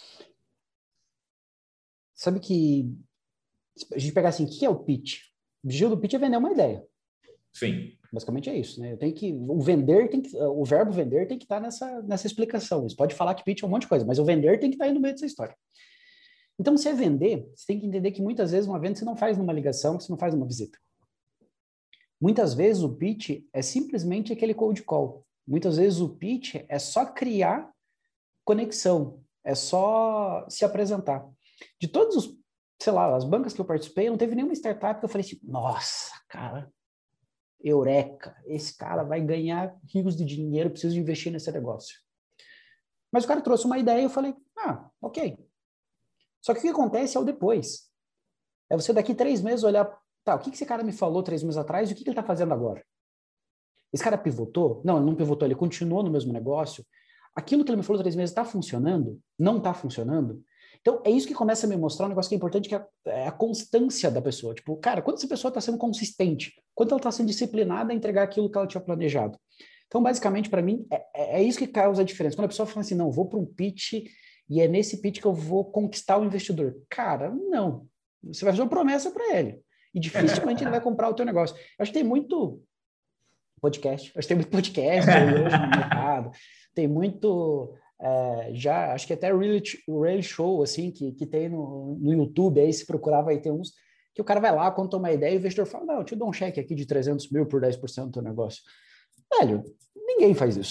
B: Sabe que a gente pegar assim, o que é o pitch? O objetivo do pitch é vender uma ideia.
A: Sim.
B: Basicamente é isso, né? O verbo vender tem que estar nessa explicação. Você pode falar que pitch é um monte de coisa, mas o vender tem que estar aí no meio dessa história. Então, se é vender, você tem que entender que muitas vezes uma venda você não faz numa ligação, você não faz numa visita. Muitas vezes o pitch é simplesmente aquele cold call. Muitas vezes o pitch é só criar conexão, é só se apresentar. De todos os, sei lá, as bancas que eu participei, não teve nenhuma startup que eu falei assim, nossa, cara, eureka, esse cara vai ganhar rios de dinheiro, preciso investir nesse negócio. Mas o cara trouxe uma ideia e eu falei, ok. Só que o que acontece é o depois. É você daqui 3 meses olhar, tá, o que esse cara me falou 3 meses atrás e o que ele está fazendo agora? Esse cara pivotou? Não, ele não pivotou, ele continuou no mesmo negócio. Aquilo que ele me falou 3 meses está funcionando? Não está funcionando? Então, é isso que começa a me mostrar um negócio que é importante, que é a constância da pessoa. Tipo, cara, quando essa pessoa está sendo consistente? Quando ela está sendo disciplinada a entregar aquilo que ela tinha planejado? Então, basicamente, para mim, é isso que causa a diferença. Quando a pessoa fala assim, não, vou para um pitch e é nesse pitch que eu vou conquistar o investidor. Cara, não. Você vai fazer uma promessa para ele. E dificilmente ele vai comprar o teu negócio. Eu acho que tem muito podcast. Acho que tem muito podcast aí hoje no mercado. Tem muito... já, acho que até reality show, assim, que tem no YouTube, aí se procurar vai ter uns, que o cara vai lá, conta uma ideia e o investidor fala, não, eu te dou um cheque aqui de 300 mil por 10% do teu negócio. Velho, ninguém faz isso.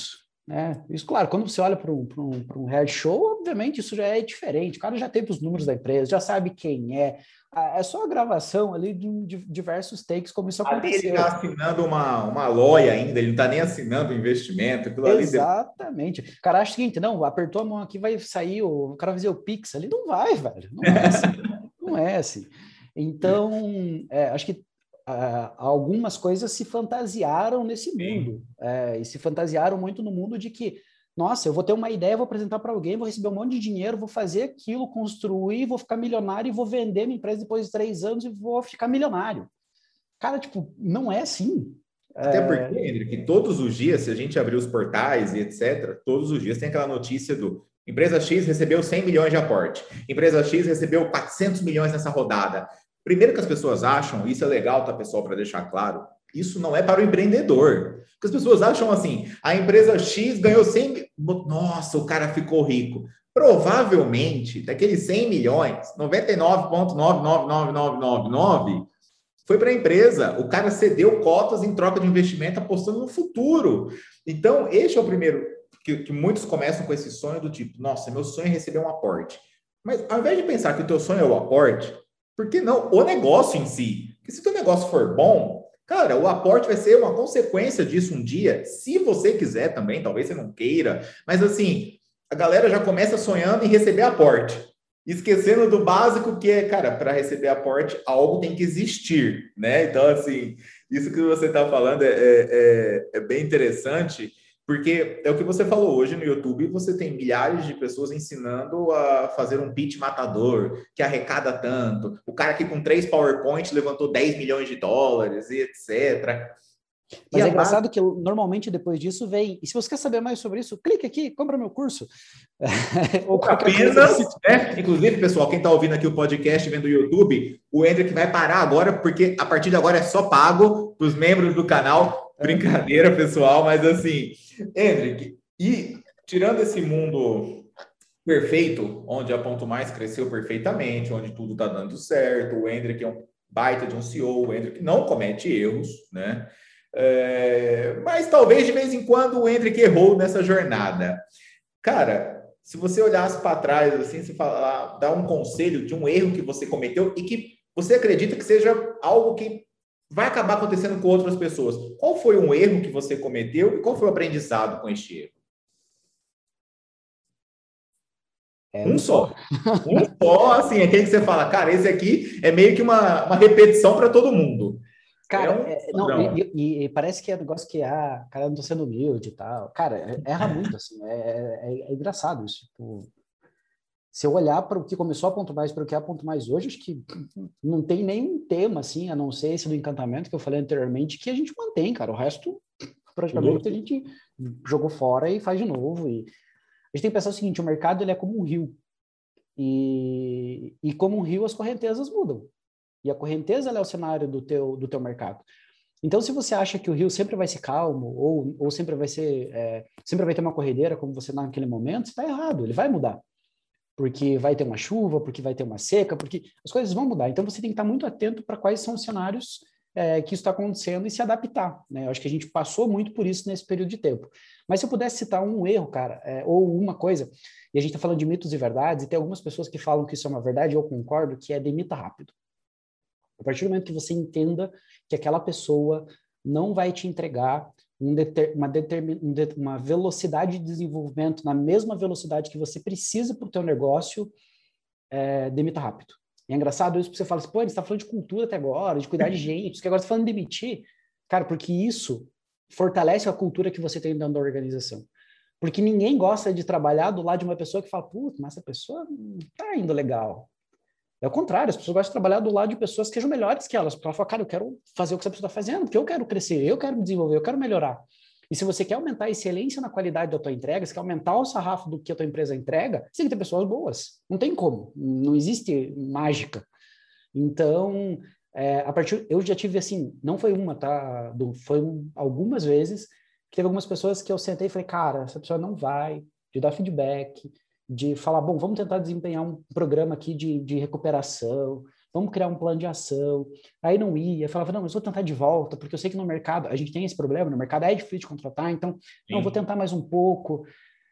B: Isso, claro, quando você olha para um reality show, obviamente isso já é diferente. O cara já teve os números da empresa, já sabe quem é. É só a gravação ali de diversos takes, como isso
A: Ali ele
B: aconteceu.
A: está assinando uma LOI ainda, ele não está nem assinando o investimento, aquilo ali.
B: Exatamente. O cara acha o seguinte, não, apertou a mão aqui, vai sair, o cara vai fazer o Pix ali. Não vai, velho. Não é assim. Não é assim. Então, acho que algumas coisas se fantasiaram nesse mundo. E se fantasiaram muito no mundo de que, nossa, eu vou ter uma ideia, vou apresentar para alguém, vou receber um monte de dinheiro, vou fazer aquilo, construir, vou ficar milionário e vou vender minha empresa depois de 3 anos e vou ficar milionário. Cara, tipo, não é assim.
A: Até porque, Henrique, todos os dias, se a gente abrir os portais e etc., todos os dias tem aquela notícia do empresa X recebeu 100 milhões de aporte, empresa X recebeu 400 milhões nessa rodada. Primeiro que as pessoas acham, isso é legal, tá, pessoal, para deixar claro, isso não é para o empreendedor. Porque as pessoas acham assim, a empresa X ganhou 100 nossa, o cara ficou rico. Provavelmente, daqueles 100 milhões, 99,99999 foi para a empresa. O cara cedeu cotas em troca de investimento, apostando no futuro. Então, este é o primeiro que muitos começam com esse sonho do tipo, nossa, meu sonho é receber um aporte. Mas ao invés de pensar que o teu sonho é o aporte, por que não o negócio em si? Porque se o teu negócio for bom, cara, o aporte vai ser uma consequência disso um dia, se você quiser também, talvez você não queira, mas assim, a galera já começa sonhando em receber aporte. Esquecendo do básico que é, cara, para receber aporte, algo tem que existir, né? Então, assim, isso que você está falando é bem interessante, porque é o que você falou hoje no YouTube, você tem milhares de pessoas ensinando a fazer um pitch matador, que arrecada tanto, o cara que com 3 PowerPoint levantou 10 milhões de dólares e etc.
B: Mas é engraçado que normalmente depois disso vem, e se você quer saber mais sobre isso, clique aqui, compra meu curso.
A: Ou apenas, né? Inclusive, pessoal, quem está ouvindo aqui o podcast, vendo o YouTube, o Hendrick vai parar agora, porque a partir de agora é só pago para os membros do canal. Brincadeira, pessoal, mas assim, Hendrick, e tirando esse mundo perfeito, onde a Ponto Mais cresceu perfeitamente, onde tudo está dando certo, o Hendrick é um baita de um CEO, o Hendrick não comete erros, né? Mas talvez de vez em quando o Hendrick errou nessa jornada. Cara, se você olhasse para trás, assim, se falar, dar um conselho de um erro que você cometeu e que você acredita que seja algo que vai acabar acontecendo com outras pessoas. Qual foi um erro que você cometeu e qual foi o aprendizado com este erro? Um só. Um só, assim, aquele que você fala, cara, esse aqui é meio que uma repetição para todo mundo.
B: Cara, não, e parece que é um negócio que, cara, eu não tô sendo humilde e tal. Cara, erra muito, assim, é engraçado isso. Tipo, se eu olhar para o que começou a Ponto Mais para o que é a Ponto Mais hoje, acho que não tem nenhum tema, assim, a não ser esse do encantamento que eu falei anteriormente, que a gente mantém, cara. O resto, praticamente, a gente jogou fora e faz de novo. E a gente tem que pensar o seguinte, o mercado, ele é como um rio. E como um rio, as correntezas mudam. E a correnteza é o cenário do teu mercado. Então, se você acha que o rio sempre vai ser calmo ou sempre vai ser sempre vai ter uma corredeira como você naquele momento, você está errado. Ele vai mudar, porque vai ter uma chuva, porque vai ter uma seca, porque as coisas vão mudar. Então, você tem que estar muito atento para quais são os cenários que isso está acontecendo e se adaptar. Né? Eu acho que a gente passou muito por isso nesse período de tempo. Mas se eu pudesse citar um erro, cara, ou uma coisa, e a gente está falando de mitos e verdades, e tem algumas pessoas que falam que isso é uma verdade, eu concordo, que é demita rápido. A partir do momento que você entenda que aquela pessoa não vai te entregar uma velocidade de desenvolvimento na mesma velocidade que você precisa para o teu negócio, demita rápido. E é engraçado isso, porque você fala assim, pô, ele está falando de cultura até agora, de cuidar de gente, que agora você está falando de demitir. Cara, porque isso fortalece a cultura que você tem dentro da organização. Porque ninguém gosta de trabalhar do lado de uma pessoa que fala, putz, mas essa pessoa não está indo legal. É o contrário, as pessoas gostam de trabalhar do lado de pessoas que sejam melhores que elas, porque ela fala, cara, eu quero fazer o que essa pessoa está fazendo, porque eu quero crescer, eu quero me desenvolver, eu quero melhorar. E se você quer aumentar a excelência na qualidade da tua entrega, se quer aumentar o sarrafo do que a tua empresa entrega, você tem que ter pessoas boas. Não tem como, não existe mágica. Então, eu já tive assim, não foi uma, tá? Algumas vezes, que teve algumas pessoas que eu sentei e falei, cara, essa pessoa não vai te dar feedback, de falar, bom, vamos tentar desempenhar um programa aqui de recuperação, vamos criar um plano de ação. Aí não ia, falava, não, mas vou tentar de volta, porque eu sei que no mercado, a gente tem esse problema, no mercado é difícil de contratar, então, não, vou tentar mais um pouco.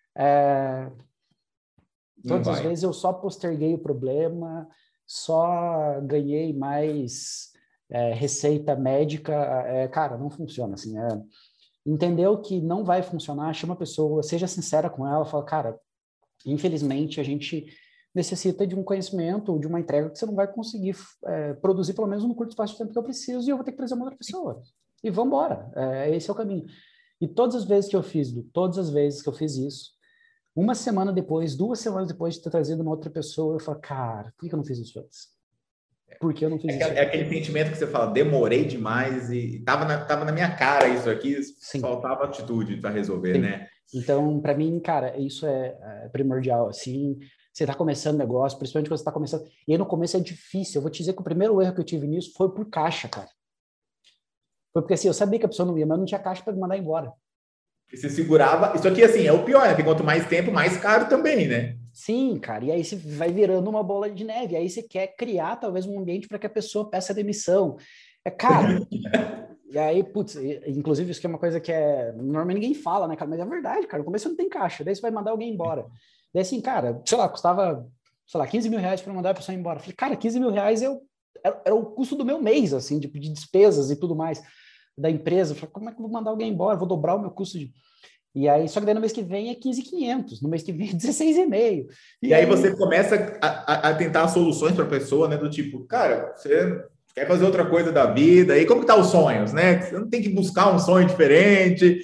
B: Todas as vezes eu só posterguei o problema, só ganhei mais receita médica. Cara, não funciona assim. Entendeu que não vai funcionar, chama a pessoa, seja sincera com ela, fala, cara, infelizmente a gente necessita de um conhecimento, de uma entrega que você não vai conseguir produzir pelo menos no curto espaço de tempo que eu preciso e eu vou ter que trazer uma outra pessoa. E vamos embora. Esse é o caminho. E todas as vezes que eu fiz isso, uma semana depois, 2 semanas depois de ter trazido uma outra pessoa, eu falo, cara, por que eu não fiz isso antes? Por que eu não fiz isso antes?
A: É aquele sentimento que você fala, demorei demais e tava na minha cara isso aqui,
B: Sim.
A: faltava atitude para resolver,
B: Sim.
A: né?
B: Então, para mim, cara, isso é primordial, assim, você está começando negócio, principalmente quando você está começando, e aí no começo é difícil, eu vou te dizer que o primeiro erro que eu tive nisso foi por caixa, cara. Foi porque, assim, eu sabia que a pessoa não ia, mas não tinha caixa para me mandar embora.
A: E você segurava, isso aqui, assim, é o pior, né? Porque quanto mais tempo, mais caro também, né?
B: Sim, cara, e aí você vai virando uma bola de neve, aí você quer criar, talvez, um ambiente para que a pessoa peça demissão. Cara, e aí, putz, inclusive isso que é uma coisa que normalmente ninguém fala, né, cara, mas é verdade, cara, no começo não tem caixa, daí você vai mandar alguém embora. Daí assim, cara, sei lá, custava, sei lá, 15 mil reais para mandar a pessoa embora. Eu falei, cara, 15 mil reais era o custo do meu mês, assim, de despesas e tudo mais da empresa. Eu falei, como é que eu vou mandar alguém embora? Vou dobrar o meu custo de... E aí, só que daí no mês que vem é 15.500, no mês que vem é 16,5.
A: E aí você começa a tentar soluções para a pessoa, né? Do tipo, cara, você quer fazer outra coisa da vida, e como que tá os sonhos, né? Você não tem que buscar um sonho diferente,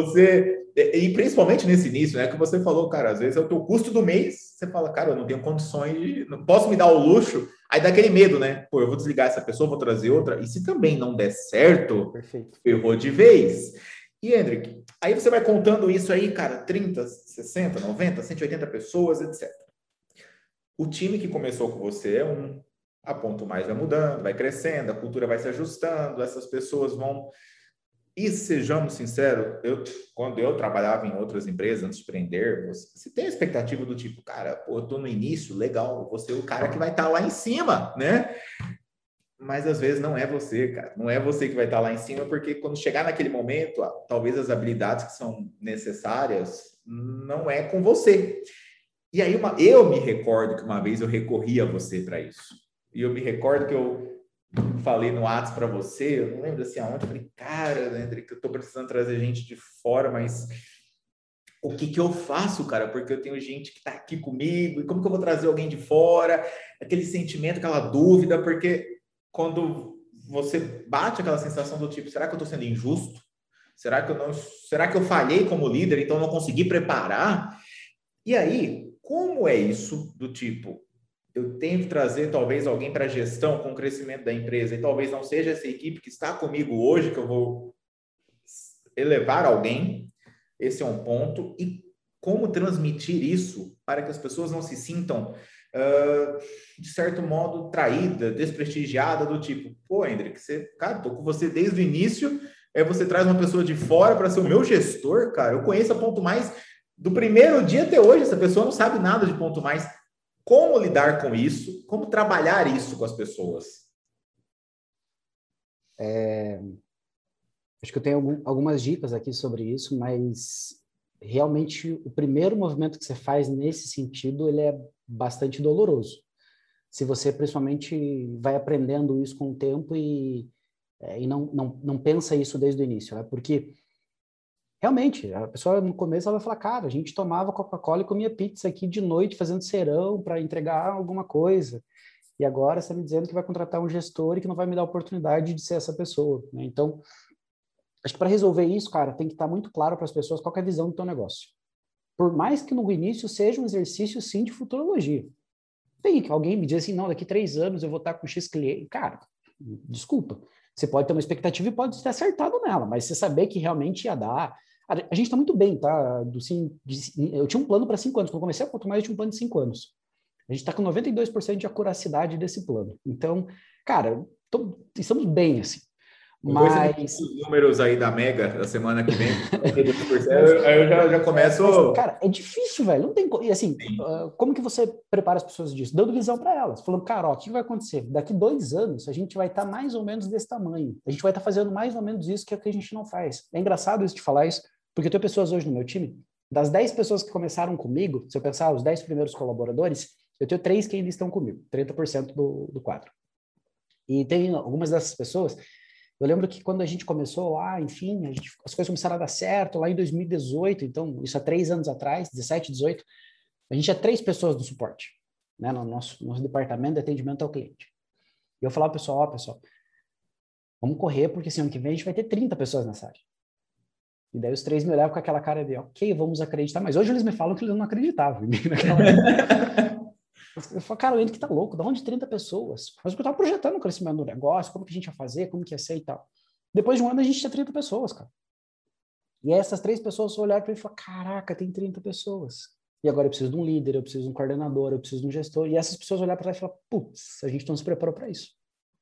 A: e principalmente nesse início, né? Que você falou, cara, às vezes é o teu custo do mês, você fala, cara, eu não tenho condições, não posso me dar o luxo, aí dá aquele medo, né? Pô, eu vou desligar essa pessoa, vou trazer outra, e se também não der certo,
B: perfeito,
A: errou de vez. E, Hendrik, aí você vai contando isso aí, cara, 30, 60, 90, 180 pessoas, etc. O time que começou com você é a ponto mais vai mudando, vai crescendo, a cultura vai se ajustando, essas pessoas vão... E sejamos sinceros, quando eu trabalhava em outras empresas, antes de empreender, você tem a expectativa do tipo, cara, pô, eu tô no início, legal, você é o cara que vai estar lá em cima, né? Mas às vezes não é você, cara. Não é você que vai estar lá em cima, porque quando chegar naquele momento, talvez as habilidades que são necessárias não é com você. E aí eu me recordo que uma vez eu recorri a você para isso. E eu me recordo que eu falei no WhatsApp para você, eu não lembro assim aonde, eu falei, cara, André, que eu estou precisando trazer gente de fora, mas o que eu faço, cara? Porque eu tenho gente que está aqui comigo, e como que eu vou trazer alguém de fora? Aquele sentimento, aquela dúvida, porque quando você bate aquela sensação do tipo, será que eu estou sendo injusto? Será que eu falhei como líder, então não consegui preparar? E aí, como é isso do tipo, eu tenho que trazer talvez alguém para a gestão com o crescimento da empresa, e talvez não seja essa equipe que está comigo hoje que eu vou elevar alguém, esse é um ponto, e como transmitir isso para que as pessoas não se sintam de certo modo, traída, desprestigiada, do tipo, pô, Hendrik, cara, tô com você desde o início, você traz uma pessoa de fora para ser o meu gestor, cara, eu conheço a Ponto Mais do primeiro dia até hoje, essa pessoa não sabe nada de Ponto Mais. Como lidar com isso? Como trabalhar isso com as pessoas?
B: Acho que eu tenho algumas dicas aqui sobre isso, mas realmente o primeiro movimento que você faz nesse sentido, ele é bastante doloroso. Se você principalmente vai aprendendo isso com o tempo e não pensa isso desde o início, né? Porque realmente a pessoa no começo ela vai falar, cara, a gente tomava Coca-Cola e comia pizza aqui de noite fazendo serão para entregar alguma coisa. E agora você está me dizendo que vai contratar um gestor e que não vai me dar a oportunidade de ser essa pessoa, né? Então, acho que para resolver isso, cara, tem que estar muito claro para as pessoas qual é a visão do teu negócio. Por mais que no início seja um exercício, sim, de futurologia. Tem que alguém me diz assim, não, daqui 3 anos eu vou estar com X cliente. Cara, desculpa. Você pode ter uma expectativa e pode ter acertado nela, mas você saber que realmente ia dar... A gente está muito bem, tá? Eu tinha um plano para 5 anos. Quando eu comecei a Quanto Mais, eu tinha um plano de 5 anos. A gente está com 92% de acuracidade desse plano. Então, cara, estamos bem, assim.
A: Depois você me
B: Mas,
A: diz os números aí da Mega da semana que vem. 92%, aí eu já começo.
B: mas, cara, é difícil, velho. Não tem. E assim,
A: Sim.
B: como que você prepara as pessoas disso? Dando visão para elas. Falando, cara, ó, o que vai acontecer? Daqui 2 anos, a gente vai estar mais ou menos desse tamanho. A gente vai estar fazendo mais ou menos isso que é o que a gente não faz. É engraçado isso de falar isso, porque eu tenho pessoas hoje no meu time. Das 10 pessoas que começaram comigo, se eu pensar os 10 primeiros colaboradores, eu tenho 3 que ainda estão comigo, 30% do quadro. E tem algumas dessas pessoas. Eu lembro que quando a gente começou lá, enfim, as coisas começaram a dar certo lá em 2018, então isso há 3 anos atrás, 17, 18, a gente tinha 3 pessoas no suporte, né, no nosso departamento de atendimento ao cliente. E eu falava, pessoal, ó, pessoal, vamos correr, porque assim, ano que vem a gente vai ter 30 pessoas nessa área. E daí os 3 me olhavam com aquela cara de, ok, vamos acreditar, mas hoje eles me falam que eles não acreditavam. Eu falo, cara, o Henrique tá louco, da onde 30 pessoas? Mas eu estava projetando o crescimento do negócio, como que a gente ia fazer, como que ia ser e tal. Depois de um ano a gente tinha 30 pessoas, cara. E essas 3 pessoas olharam para mim e falaram, caraca, tem 30 pessoas. E agora eu preciso de um líder, eu preciso de um coordenador, eu preciso de um gestor. E essas pessoas olharam para lá e falaram, putz, a gente não se preparou para isso.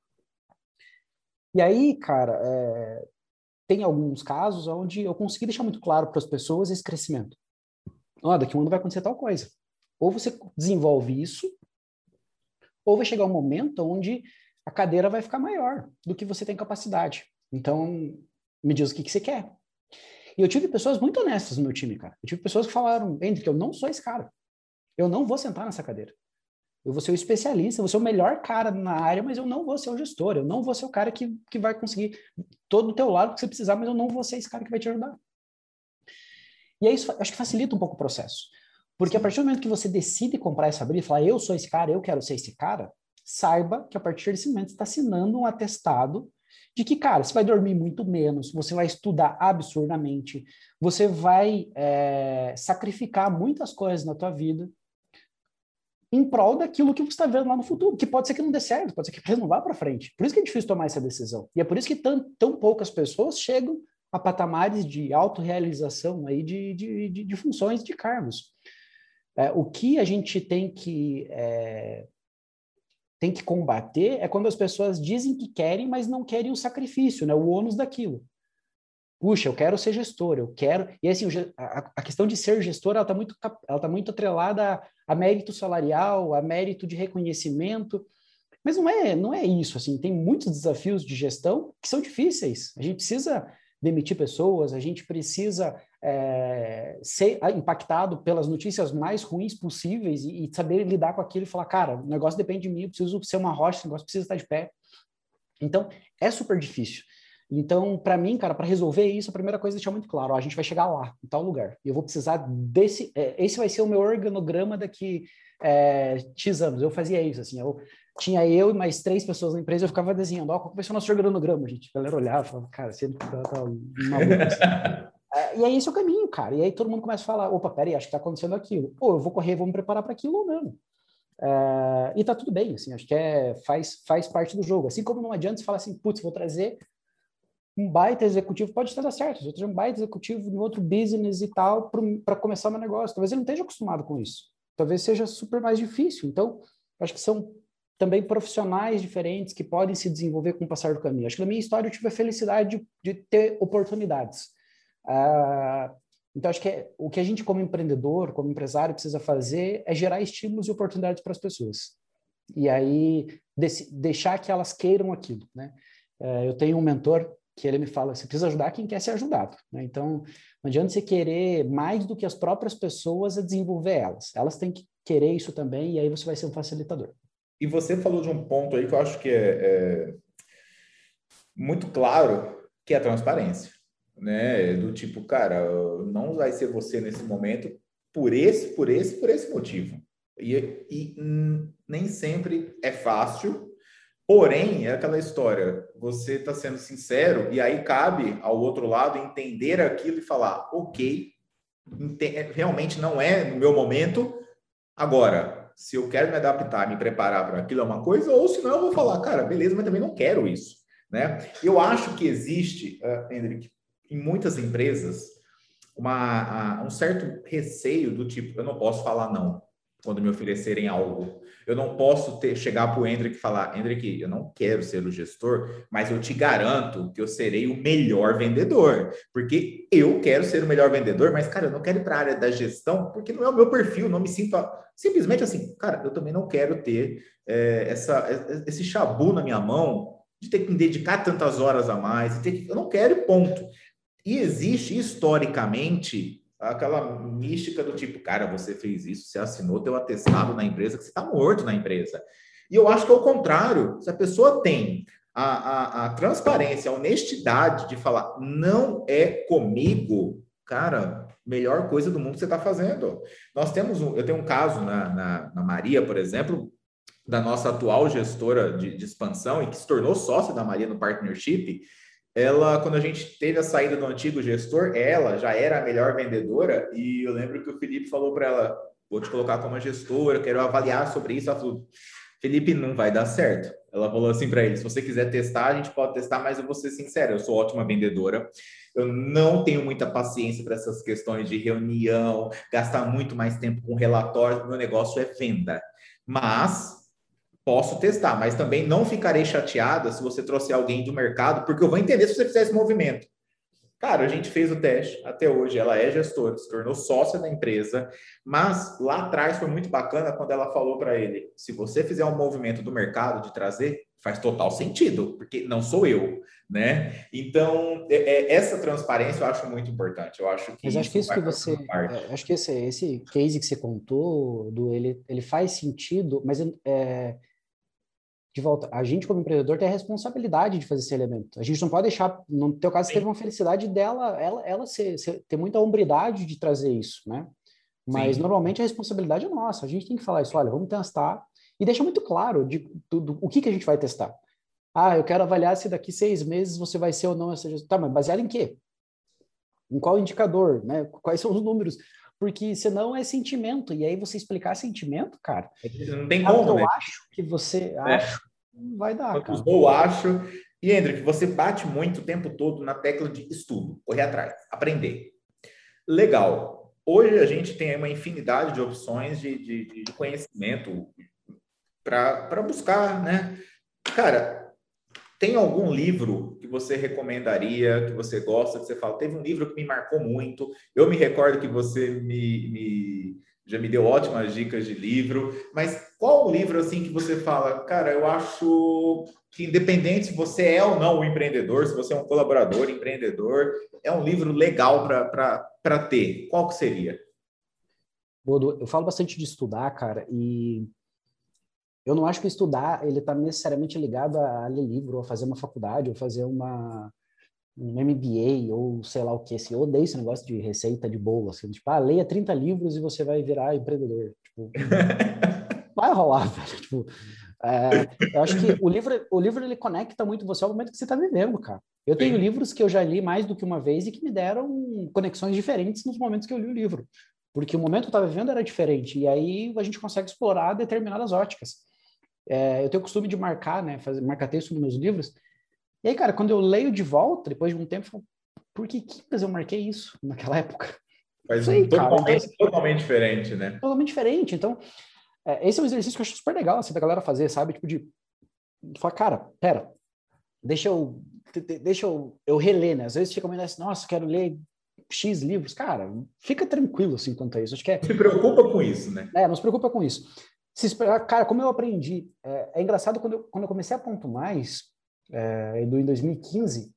B: E aí, cara, tem alguns casos onde eu consegui deixar muito claro para as pessoas esse crescimento. Ó, daqui a um ano vai acontecer tal coisa. Ou você desenvolve isso, ou vai chegar um momento onde a cadeira vai ficar maior do que você tem capacidade. Então, me diz o que você quer. E eu tive pessoas muito honestas no meu time, cara. Eu tive pessoas que falaram, Henrique, eu não sou esse cara. Eu não vou sentar nessa cadeira. Eu vou ser o especialista, eu vou ser o melhor cara na área, mas eu não vou ser o gestor. Eu não vou ser o cara que vai conseguir todo o teu lado que você precisar, mas eu não vou ser esse cara que vai te ajudar. E aí isso acho que facilita um pouco o processo. Porque a partir do momento que você decide comprar essa briga e falar, eu sou esse cara, eu quero ser esse cara, saiba que a partir desse momento você está assinando um atestado de que, cara, você vai dormir muito menos, você vai estudar absurdamente, você vai sacrificar muitas coisas na tua vida em prol daquilo que você está vendo lá no futuro, que pode ser que não dê certo, pode ser que a empresa não vá para frente. Por isso que é difícil tomar essa decisão. E é por isso que tão poucas pessoas chegam a patamares de autorrealização aí de funções, de cargos. O que a gente tem que combater é quando as pessoas dizem que querem, mas não querem o sacrifício, né? O ônus daquilo. Puxa, eu quero ser gestor, eu quero... E assim, a questão de ser gestor, ela tá muito atrelada a mérito salarial, a mérito de reconhecimento, mas não é isso, assim, tem muitos desafios de gestão que são difíceis. A gente precisa demitir pessoas, a gente precisa ser impactado pelas notícias mais ruins possíveis e saber lidar com aquilo e falar, cara, o negócio depende de mim, eu preciso ser uma rocha, o negócio precisa estar de pé. Então, é super difícil. Então, para mim, cara, para resolver isso, a primeira coisa é deixar muito claro, ó, a gente vai chegar lá, em tal lugar, e eu vou precisar desse... esse vai ser o meu organograma daqui X anos. Eu fazia isso, assim, tinha eu e mais 3 pessoas na empresa, eu ficava desenhando, ó, qual vai ser o nosso organograma, gente? A galera olhava e falava, cara, você tá maluco, assim. E aí esse é o caminho, cara. E aí todo mundo começa a falar, opa, peraí, acho que tá acontecendo aquilo. Pô, eu vou correr, vou me preparar para aquilo ou não. E tá tudo bem, assim, acho que faz parte do jogo. Assim como não adianta você falar assim, putz, vou trazer um baita executivo, pode estar certo, vou trazer um baita executivo em outro business e tal para começar meu negócio. Talvez ele não esteja acostumado com isso. Talvez seja super mais difícil. Então, acho que são também profissionais diferentes que podem se desenvolver com o passar do caminho. Acho que na minha história eu tive a felicidade de ter oportunidades. Então, acho que o que a gente, como empreendedor, como empresário, precisa fazer é gerar estímulos e oportunidades para as pessoas. E aí, deixar que elas queiram aquilo, né? Eu tenho um mentor que ele me fala, você precisa ajudar quem quer ser ajudado, né? Então, não adianta você querer mais do que as próprias pessoas a desenvolver elas. Elas têm que querer isso também, e aí você vai ser um facilitador.
A: E você falou de um ponto aí que eu acho que é muito claro, que é a transparência, né? Do tipo, cara, não vai ser você nesse momento por esse motivo. E nem sempre é fácil, porém, é aquela história, você está sendo sincero, e aí cabe ao outro lado entender aquilo e falar, ok, realmente não é no meu momento, agora, se eu quero me adaptar, me preparar para aquilo é uma coisa, ou senão eu vou falar, cara, beleza, mas também não quero isso, né? Eu acho que existe, Hendrik, em muitas empresas, um certo receio do tipo, eu não posso falar não. quando me oferecerem algo. Eu não posso chegar para o Hendrick e falar, Hendrick, eu não quero ser o gestor, mas eu te garanto que eu serei o melhor vendedor, porque eu quero ser o melhor vendedor, mas, cara, eu não quero ir para a área da gestão, porque não é o meu perfil, não me sinto simplesmente assim, cara, eu também não quero ter esse chabu na minha mão de ter que me dedicar tantas horas a mais, eu não quero, ponto. E existe, historicamente, aquela mística do tipo, cara, você fez isso, você assinou teu atestado na empresa, que você está morto na empresa. E eu acho que é o contrário. Se a pessoa tem a transparência, a honestidade de falar, não é comigo, cara, melhor coisa do mundo que você está fazendo. Eu tenho um caso na Maria, por exemplo, da nossa atual gestora de expansão e que se tornou sócia da Maria no partnership. Ela, quando a gente teve a saída do antigo gestor, ela já era a melhor vendedora e eu lembro que o Felipe falou para ela, vou te colocar como gestora, quero avaliar sobre isso. Ela falou, Felipe, não vai dar certo. Ela falou assim para ele, se você quiser testar, a gente pode testar, mas eu vou ser sincera, eu sou ótima vendedora, eu não tenho muita paciência para essas questões de reunião, gastar muito mais tempo com relatórios, meu negócio é venda. Mas posso testar, mas também não ficarei chateada se você trouxer alguém do mercado, porque eu vou entender se você fizer esse movimento. Cara, a gente fez o teste, até hoje ela é gestora, se tornou sócia da empresa, mas lá atrás foi muito bacana quando ela falou para ele, se você fizer um movimento do mercado de trazer, faz total sentido, porque não sou eu, né? Então, essa transparência eu acho muito importante, eu acho que
B: Mas acho que
A: isso
B: isso que
A: vai
B: você,
A: fazendo parte.
B: acho que esse case que você contou, ele faz sentido, mas de volta, a gente como empreendedor tem a responsabilidade de fazer esse elemento. A gente não pode deixar, no teu caso, você teve
A: Sim,
B: uma felicidade dela, ela ter muita hombridade de trazer isso, né? Mas
A: sim.
B: normalmente a responsabilidade é nossa. A gente tem que falar isso, olha, vamos testar e deixa muito claro o que a gente vai testar. Ah, eu quero avaliar se daqui 6 meses você vai ser ou não essa gestão. Tá, mas baseado em quê? Em qual indicador, né? Quais são os números? Porque senão é sentimento. E aí você explicar sentimento, cara,
A: Não tem
B: o que
A: como,
B: eu
A: né?
B: acho que você acha, não vai dar, cara.
A: Usou o acho. E, Hendrik, você bate muito o tempo todo na tecla de estudo, correr atrás, aprender. Legal. Hoje a gente tem uma infinidade de opções de conhecimento para buscar, né? Cara, tem algum livro que você recomendaria, que você gosta, que você fala, teve um livro que me marcou muito, eu me recordo que você já me deu ótimas dicas de livro, mas qual o livro assim que você fala, cara, eu acho que independente se você é ou não um empreendedor, se você é um colaborador, empreendedor, é um livro legal para ter. Qual que seria?
B: Bodo, eu falo bastante de estudar, cara, e eu não acho que estudar ele está necessariamente ligado a ler livro, ou a fazer uma faculdade, ou fazer um MBA, ou sei lá o que. Assim, eu odeio esse negócio de receita de bolo, assim, tipo, leia 30 livros e você vai virar empreendedor. Tipo, vai rolar, velho. Tipo, eu acho que o livro ele conecta muito você ao momento que você está vivendo, cara. Eu tenho
A: Sim.
B: livros que eu já li mais do que uma vez e que me deram conexões diferentes nos momentos que eu li o livro. Porque o momento que eu estava vivendo era diferente. E aí a gente consegue explorar determinadas óticas. Eu tenho o costume de marcar, né? Marcar texto nos meus livros. E aí, cara, quando eu leio de volta, depois de um tempo, eu falo, por que eu marquei isso naquela época? Não
A: Faz
B: sei, cara. Então, assim,
A: totalmente diferente, né?
B: totalmente diferente. Então, esse é um exercício que eu acho super legal, assim, da galera fazer, sabe? Tipo, de falar, cara, pera, deixa eu reler, né? Às vezes fica meio assim, nossa, quero ler X livros. Cara, fica tranquilo, assim, quanto a isso. Acho que
A: Se preocupa com isso, né?
B: não se preocupa com isso. Cara, como eu aprendi, engraçado quando eu comecei a Ponto Mais, em 2015,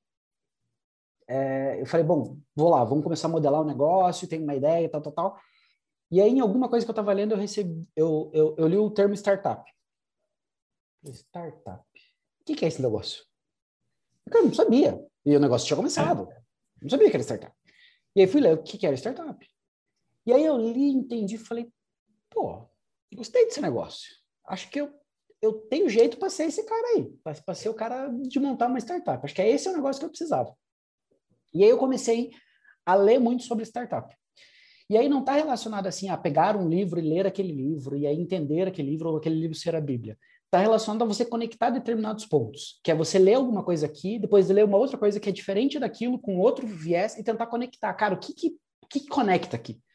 B: eu falei, bom, vou lá, vamos começar a modelar o negócio, tenho uma ideia, tal, tal, tal. E aí, em alguma coisa que eu estava lendo, eu li o termo startup. Startup. O que é esse negócio? Eu não sabia. E o negócio tinha começado. Não sabia que era startup. E aí fui ler o que era startup. E aí eu li, entendi, falei, pô, gostei desse negócio. Acho que eu tenho jeito para ser esse cara aí, para ser o cara de montar uma startup. Acho que esse é o negócio que eu precisava. E aí eu comecei a ler muito sobre startup. E aí não está relacionado assim a pegar um livro e ler aquele livro, e aí entender aquele livro ou aquele livro ser a Bíblia. Está relacionado a você conectar determinados pontos, que é você ler alguma coisa aqui, depois ler uma outra coisa que é diferente daquilo, com outro viés, e tentar conectar. Cara, o que conecta aqui?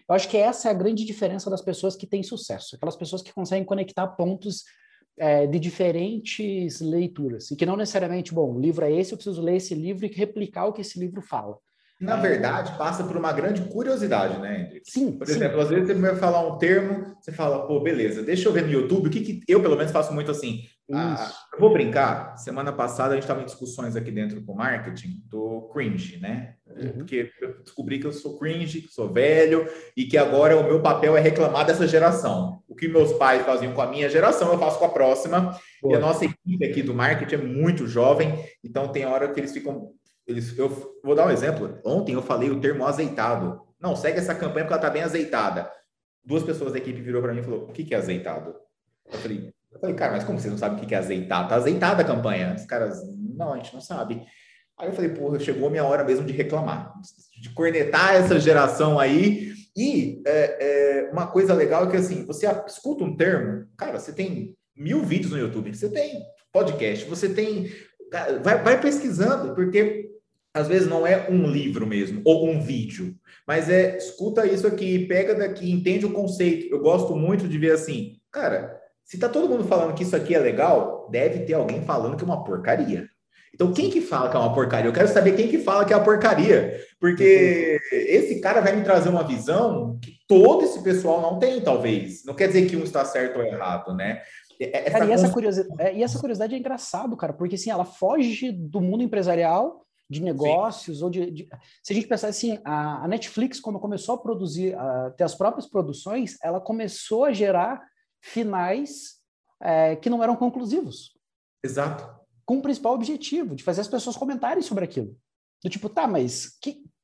B: Eu acho que essa é a grande diferença das pessoas que têm sucesso, aquelas pessoas que conseguem conectar pontos de diferentes leituras, e que não necessariamente, bom, o livro é esse, eu preciso ler esse livro e replicar o que esse livro fala.
A: Na verdade, passa por uma grande curiosidade, né, Hendrix?
B: Sim,
A: Por
B: sim.
A: exemplo, às vezes você vai falar um termo, você fala, pô, beleza, deixa eu ver no YouTube, o que que eu, pelo menos, faço muito assim.
B: Isso.
A: Eu vou brincar, semana passada a gente estava em discussões aqui dentro do marketing do cringe, né? Porque eu descobri que eu sou cringe, que sou velho, e que agora o meu papel é reclamar dessa geração. O que meus pais faziam com a minha geração, eu faço com a próxima. E a
B: Boa.
A: nossa equipe aqui do marketing é muito jovem, então tem hora que eles ficam eu vou dar um exemplo. Ontem eu falei o termo azeitado. Não, segue essa campanha porque ela está bem azeitada. Duas pessoas da equipe virou para mim e falou: o que é azeitado? Eu falei, cara, mas como você não sabe o que é azeitado? Tá azeitada a campanha. Os caras, não, a gente não sabe. Aí eu falei, porra, chegou a minha hora mesmo de reclamar, de cornetar essa geração aí. E uma coisa legal é que, assim, você escuta um termo, cara, você tem 1000 vídeos no YouTube, você tem podcast, você tem. Vai pesquisando, porque às vezes não é um livro mesmo, ou um vídeo, mas escuta isso aqui, pega daqui, entende o conceito. Eu gosto muito de ver assim, cara, se tá todo mundo falando que isso aqui é legal, deve ter alguém falando que é uma porcaria. Então, quem que fala que é uma porcaria? Eu quero saber quem que fala que é uma porcaria, porque esse cara vai me trazer uma visão que todo esse pessoal não tem, talvez. Não quer dizer que um está certo ou errado, né?
B: Cara, e essa curiosidade é engraçado, cara, porque assim, ela foge do mundo empresarial, de
A: Sim,
B: negócios, ou se a gente pensar assim, a Netflix, quando começou a produzir, a ter as próprias produções, ela começou a gerar finais que não eram conclusivos,
A: exato.
B: com o principal objetivo, de fazer as pessoas comentarem sobre aquilo. Do tipo, tá, mas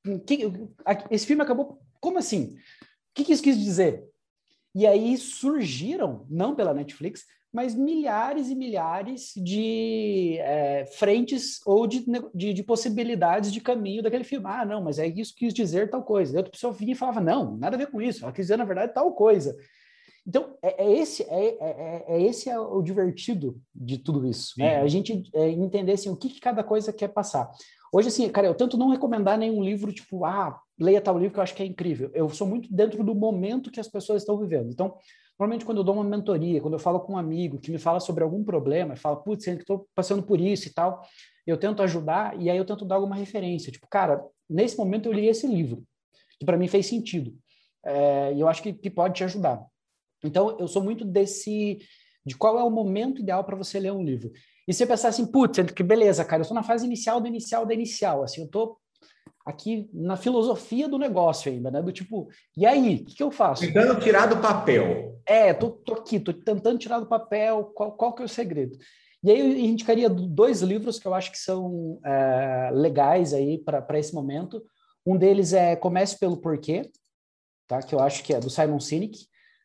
B: esse filme acabou, como assim? O que isso quis dizer? E aí surgiram, não pela Netflix, mas milhares e milhares de frentes ou de possibilidades de caminho daquele filme. Ah, não, mas é isso que quis dizer tal coisa. E outra pessoa vinha e falava, não, nada a ver com isso. Ela quis dizer, na verdade, tal coisa. Então, esse é o divertido de tudo isso, né? A
A: Sim.
B: gente entender assim, o que cada coisa quer passar. Hoje, assim, cara, eu tento não recomendar nenhum livro, tipo, leia tal livro que eu acho que é incrível. Eu sou muito dentro do momento que as pessoas estão vivendo. Então, normalmente, quando eu dou uma mentoria, quando eu falo com um amigo que me fala sobre algum problema, fala, putz, eu estou passando por isso e tal, eu tento ajudar e aí eu tento dar alguma referência. Tipo, cara, nesse momento eu li esse livro, que para mim fez sentido. E eu acho que pode te ajudar. Então, eu sou muito de qual é o momento ideal para você ler um livro. E você pensar assim, putz, que beleza, cara, eu estou na fase inicial da inicial, assim, eu estou aqui na filosofia do negócio ainda, né? Do tipo, e aí, o que eu faço?
A: Tentando tirar do papel.
B: Tô aqui, tô tentando tirar do papel, qual que é o segredo? E aí eu indicaria 2 livros que eu acho que são legais aí para esse momento. Um deles é Comece pelo Porquê, tá? Que eu acho que é do Simon Sinek,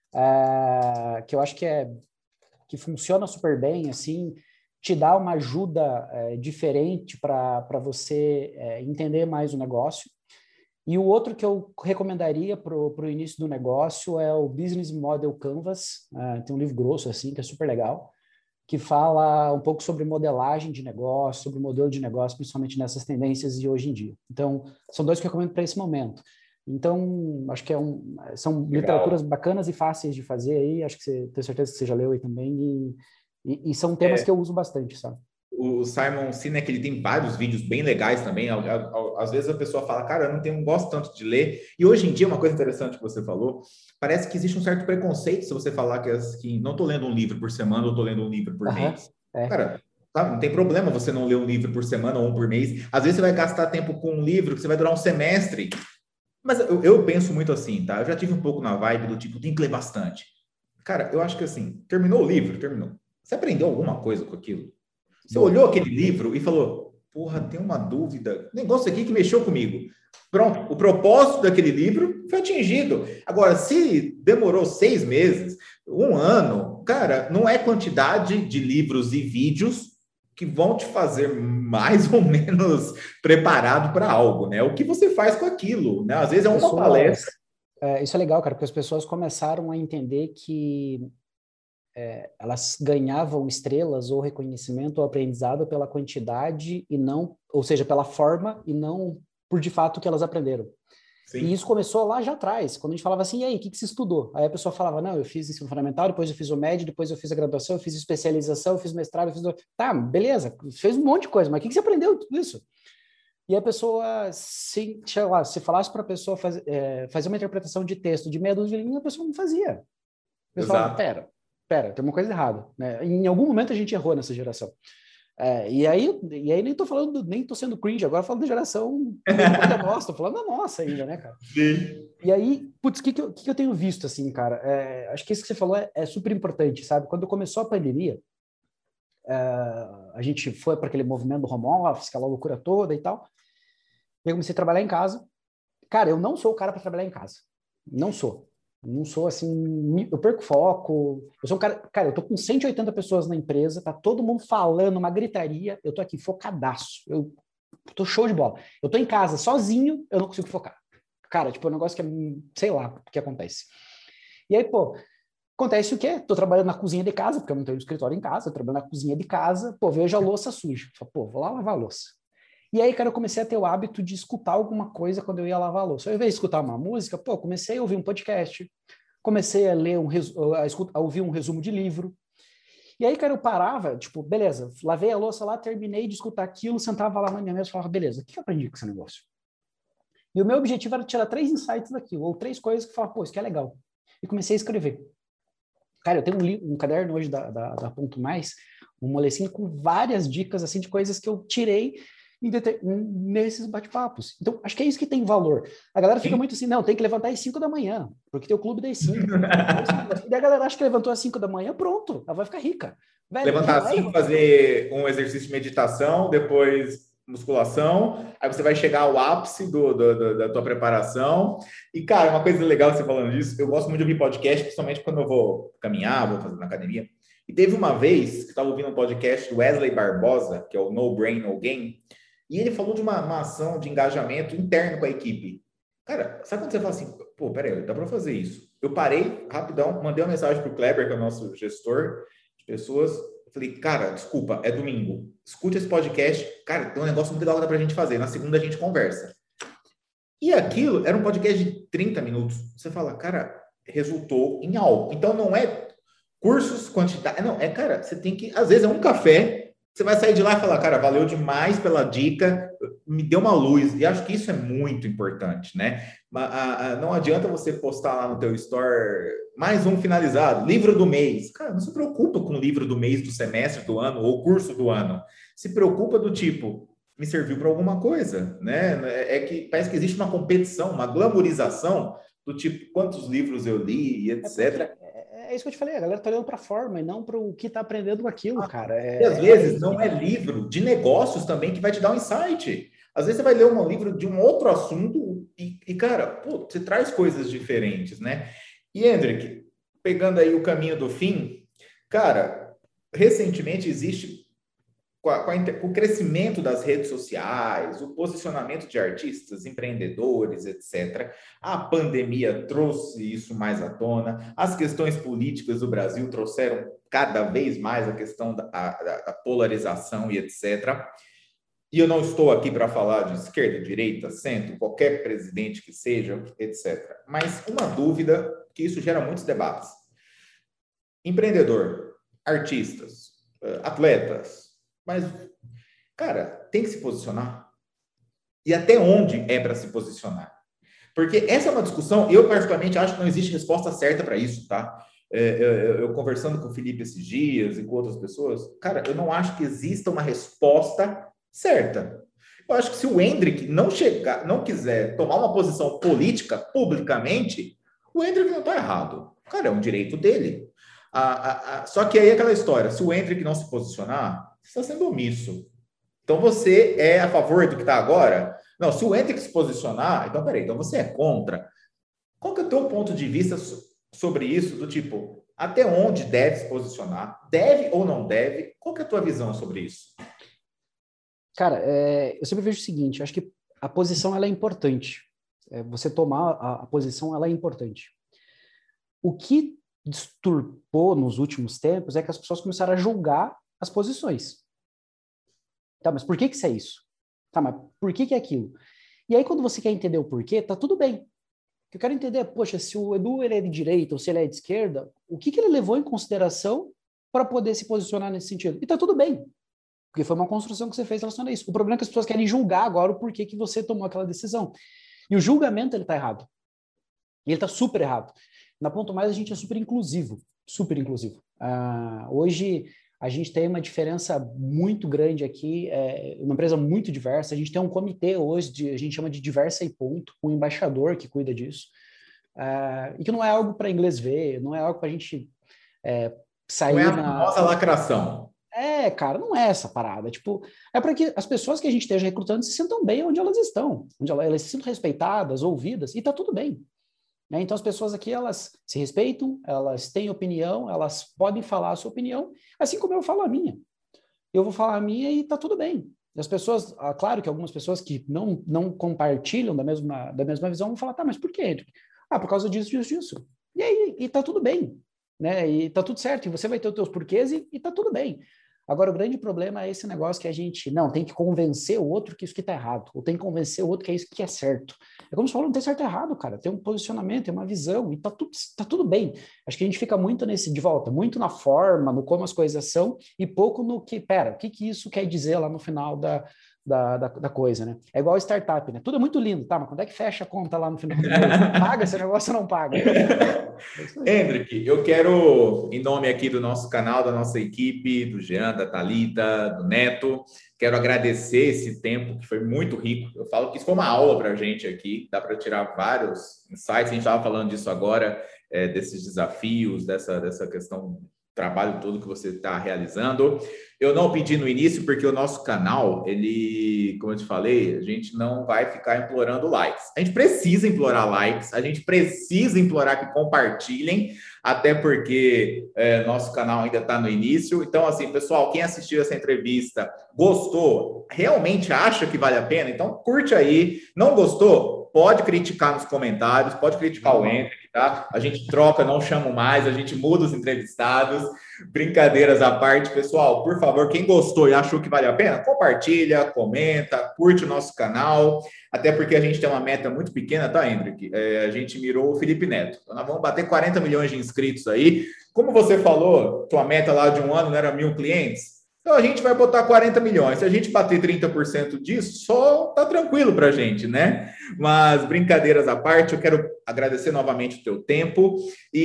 B: que eu acho que funciona super bem, assim, te dá uma ajuda diferente para você entender mais o negócio. E o outro que eu recomendaria para o início do negócio é o Business Model Canvas. Tem um livro grosso, assim, que é super legal, que fala um pouco sobre modelagem de negócio, sobre modelo de negócio, principalmente nessas tendências de hoje em dia. Então, são 2 que eu recomendo para esse momento. Então, acho que são literaturas
A: Legal.
B: bacanas e fáceis de fazer aí, acho que tenho certeza que você já leu aí também, e são temas que eu uso bastante, sabe?
A: O Simon Sinek, ele tem vários vídeos bem legais também. Às vezes a pessoa fala, cara, eu não gosto tanto de ler. E hoje em dia, uma coisa interessante que você falou, parece que existe um certo preconceito se você falar que não estou lendo um livro por semana ou estou lendo um livro por
B: Aham,
A: mês. Cara, sabe, não tem problema você não ler um livro por semana ou um por mês. Às vezes você vai gastar tempo com um livro que você vai durar um semestre. Mas eu penso muito assim, tá? Eu já tive um pouco na vibe do tipo, tem que ler bastante. Cara, eu acho que assim, terminou o livro, terminou. Você aprendeu alguma coisa com aquilo? Você
B: boa.
A: olhou aquele livro e falou: porra, tem uma dúvida, negócio aqui que mexeu comigo. Pronto, o propósito daquele livro foi atingido. Agora, se demorou 6 meses, um ano, cara, não é quantidade de livros e vídeos que vão te fazer mais ou menos preparado para algo, né? O que você faz com aquilo, né? Às vezes é uma palestra.
B: Isso é legal, cara, porque as pessoas começaram a entender que elas ganhavam estrelas ou reconhecimento ou aprendizado pela quantidade e não, ou seja, pela forma e não por de fato o que elas aprenderam. E
A: Sim.
B: isso começou lá já atrás, quando a gente falava assim, e aí, o que você estudou? Aí a pessoa falava, não, eu fiz ensino fundamental, depois eu fiz o médio, depois eu fiz a graduação, eu fiz especialização, eu fiz mestrado, eu fiz... Tá, beleza, fez um monte de coisa, mas o que você aprendeu tudo isso? E a pessoa, sei lá, se falasse para a pessoa fazer uma interpretação de texto de meia dúzia de linhas, a pessoa não fazia. A pessoa falava,
A: Exato.
B: pera, tem uma coisa errada, né? Em algum momento a gente errou nessa geração. E aí nem tô sendo cringe, agora eu falo da geração depois da nossa, tô falando da nossa ainda, né, cara?
A: Sim.
B: E aí, putz, o que eu tenho visto, assim, cara? Acho que isso que você falou é super importante, sabe? Quando começou a pandemia, a gente foi para aquele movimento do home office, aquela loucura toda e tal, e eu comecei a trabalhar em casa. Cara, eu não sou o cara para trabalhar em casa. Não sou. Não sou assim, eu perco foco. Eu sou um cara, eu tô com 180 pessoas na empresa, tá todo mundo falando, uma gritaria, eu tô aqui focadaço. Eu tô show de bola. Eu tô em casa sozinho, eu não consigo focar. Cara, tipo, é um negócio que é, sei lá o que acontece. E aí, pô, acontece o quê? Tô trabalhando na cozinha de casa, porque eu não tenho escritório em casa, tô trabalhando na cozinha de casa, pô, vejo a louça suja. Falo, pô, vou lá lavar a louça. E aí, cara, eu comecei a ter o hábito de escutar alguma coisa quando eu ia lavar a louça. Ao invés de escutar uma música, pô, comecei a ouvir um podcast, comecei a ler a ouvir um resumo de livro. E aí, cara, eu parava, tipo, beleza, lavei a louça lá, terminei de escutar aquilo, sentava lá na minha mesa e falava, beleza, o que eu aprendi com esse negócio? E o meu objetivo era tirar 3 insights daquilo, ou 3 coisas que eu falava, pô, isso que é legal. E comecei a escrever. Cara, eu tenho um caderno hoje da Ponto Mais, um molecinho com várias dicas, assim, de coisas que eu tirei nesses bate-papos. Então, acho que é isso que tem valor. A galera fica
A: Sim.
B: muito assim, não, tem que levantar às 5 da manhã, porque tem o clube das 5. E daí a galera acha que levantou às 5 da manhã, pronto, ela vai ficar rica. Velho,
A: Levantar
B: não é
A: assim,
B: levantar.
A: fazer um exercício de meditação, depois musculação, aí você vai chegar ao ápice da tua preparação. E, cara, uma coisa legal você falando disso, eu gosto muito de ouvir podcast, principalmente quando eu vou caminhar, vou fazer na academia. E teve uma vez que eu estava ouvindo um podcast do Wesley Barbosa, que é o No Brain, No Gain, e ele falou de uma ação de engajamento interno com a equipe. Cara, sabe quando você fala assim, pô, peraí, dá para fazer isso? Eu parei rapidão, mandei uma mensagem para o Kleber, que é o nosso gestor de pessoas. Falei, cara, desculpa, é domingo. Escuta esse podcast. Cara, tem um negócio muito legal que dá pra gente fazer. Na segunda a gente conversa. E aquilo era um podcast de 30 minutos. Você fala, cara, resultou em algo. Então não é cursos, quantidade. Não, cara, você tem que. Às vezes é um café. Você vai sair de lá e falar, cara, valeu demais pela dica, me deu uma luz. E acho que isso é muito importante, né? Não adianta você postar lá no teu store mais um finalizado, livro do mês. Cara, não se preocupa com o livro do mês, do semestre, do ano ou curso do ano. Se preocupa do tipo, me serviu para alguma coisa, né? É que parece que existe uma competição, uma glamorização do tipo, quantos livros eu li e
B: É porque
A: etc.
B: isso que eu te falei, a galera tá olhando para a forma e não para o que tá aprendendo com aquilo, cara.
A: E às vezes não é livro de negócios também que vai te dar um insight. Às vezes você vai ler um livro de um outro assunto cara, pô, você traz coisas diferentes, né? E, Hendrik, pegando aí o caminho do fim, cara, recentemente existe com o crescimento das redes sociais, o posicionamento de artistas, empreendedores, etc. A pandemia trouxe isso mais à tona, as questões políticas do Brasil trouxeram cada vez mais a questão da polarização e etc. E eu não estou aqui para falar de esquerda, direita, centro, qualquer presidente que seja, etc. Mas uma dúvida que isso gera muitos debates. Empreendedor, artistas, atletas, mas, cara, tem que se posicionar. E até onde é para se posicionar? Porque essa é uma discussão, eu particularmente acho que não existe resposta certa para isso, tá? Eu conversando com o Felipe esses dias e com outras pessoas, cara, eu não acho que exista uma resposta certa. Eu acho que se o Hendrick não quiser tomar uma posição política publicamente, o Hendrick não está errado. Cara, é um direito dele. Só que aí é aquela história, se o Hendrick não se posicionar, você está sendo omisso. Então você é a favor do que está agora? Não, se o Hendrick se posicionar, então peraí, então você é contra. Qual que é o teu ponto de vista sobre isso, do tipo, até onde deve se posicionar? Deve ou não deve? Qual que é a tua visão sobre isso?
B: Cara, eu sempre vejo o seguinte, acho que a posição ela é importante. Você tomar a posição ela é importante. O que disturpou nos últimos tempos é que as pessoas começaram a julgar as posições. Tá, mas por que isso é isso? Tá, mas por que é aquilo? E aí, quando você quer entender o porquê, tá tudo bem. Eu quero entender, poxa, se o Edu ele é de direita ou se ele é de esquerda, o que ele levou em consideração para poder se posicionar nesse sentido? E tá tudo bem, porque foi uma construção que você fez relacionada a isso. O problema é que as pessoas querem julgar agora o porquê que você tomou aquela decisão. E o julgamento, ele tá errado. E ele tá super errado. Na Ponto Mais, a gente é super inclusivo. Super inclusivo. Hoje, a gente tem uma diferença muito grande aqui, uma empresa muito diversa. A gente tem um comitê hoje, a gente chama de Diversa e Ponto, um embaixador que cuida disso. E que não é algo para inglês ver, não é algo para a gente sair
A: Não é a famosa lacração.
B: Cara, não é essa parada. Tipo, é para que as pessoas que a gente esteja recrutando se sintam bem onde elas estão, onde elas se sintam respeitadas, ouvidas, e tá tudo bem. Então, as pessoas aqui, elas se respeitam, elas têm opinião, elas podem falar a sua opinião, assim como eu falo a minha. Eu vou falar a minha e tá tudo bem. As pessoas, claro que algumas pessoas que não compartilham da mesma visão vão falar, tá, mas por quê? Por causa disso, disso, disso. E aí, e tá tudo bem, né? E tá tudo certo, e você vai ter os teus porquês e tá tudo bem. Agora, o grande problema é esse negócio que a gente, tem que convencer o outro que isso que tá errado, ou tem que convencer o outro que é isso que é certo. É como se falou, não tem certo e errado, cara, tem um posicionamento, tem uma visão, e tá tudo bem. Acho que a gente fica muito de volta, muito na forma, no como as coisas são, e pouco no que, o que isso quer dizer lá no final da coisa, né? É igual startup, né? Tudo é muito lindo, tá? Mas quando é que fecha a conta lá no final do mês? Paga esse negócio ou não paga?
A: Hendrik, eu quero, em nome aqui do nosso canal, da nossa equipe, do Jean, da Thalita, do Neto, quero agradecer esse tempo que foi muito rico. Eu falo que isso foi uma aula para a gente aqui, dá para tirar vários insights. A gente estava falando disso agora, desses desafios, dessa questão, trabalho todo que você está realizando. Eu não pedi no início, porque o nosso canal, ele, como eu te falei, a gente não vai ficar implorando likes. A gente precisa implorar likes, a gente precisa implorar que compartilhem, até porque nosso canal ainda está no início. Então, assim, pessoal, quem assistiu essa entrevista, gostou, realmente acha que vale a pena? Então, curte aí. Não gostou? Pode criticar nos comentários, pode criticar o Hendrik, tá? A gente troca, não chamo mais, a gente muda os entrevistados. Brincadeiras à parte, pessoal, por favor, quem gostou e achou que vale a pena, compartilha, comenta, curte o nosso canal, até porque a gente tem uma meta muito pequena, tá, Hendrik? A gente mirou o Felipe Neto. Então, nós vamos bater 40 milhões de inscritos aí. Como você falou, tua meta lá de um ano não era 1.000 clientes? Então, a gente vai botar 40 milhões. Se a gente bater 30% disso, só tá tranquilo para a gente, né? Mas, brincadeiras à parte, eu quero agradecer novamente o teu tempo.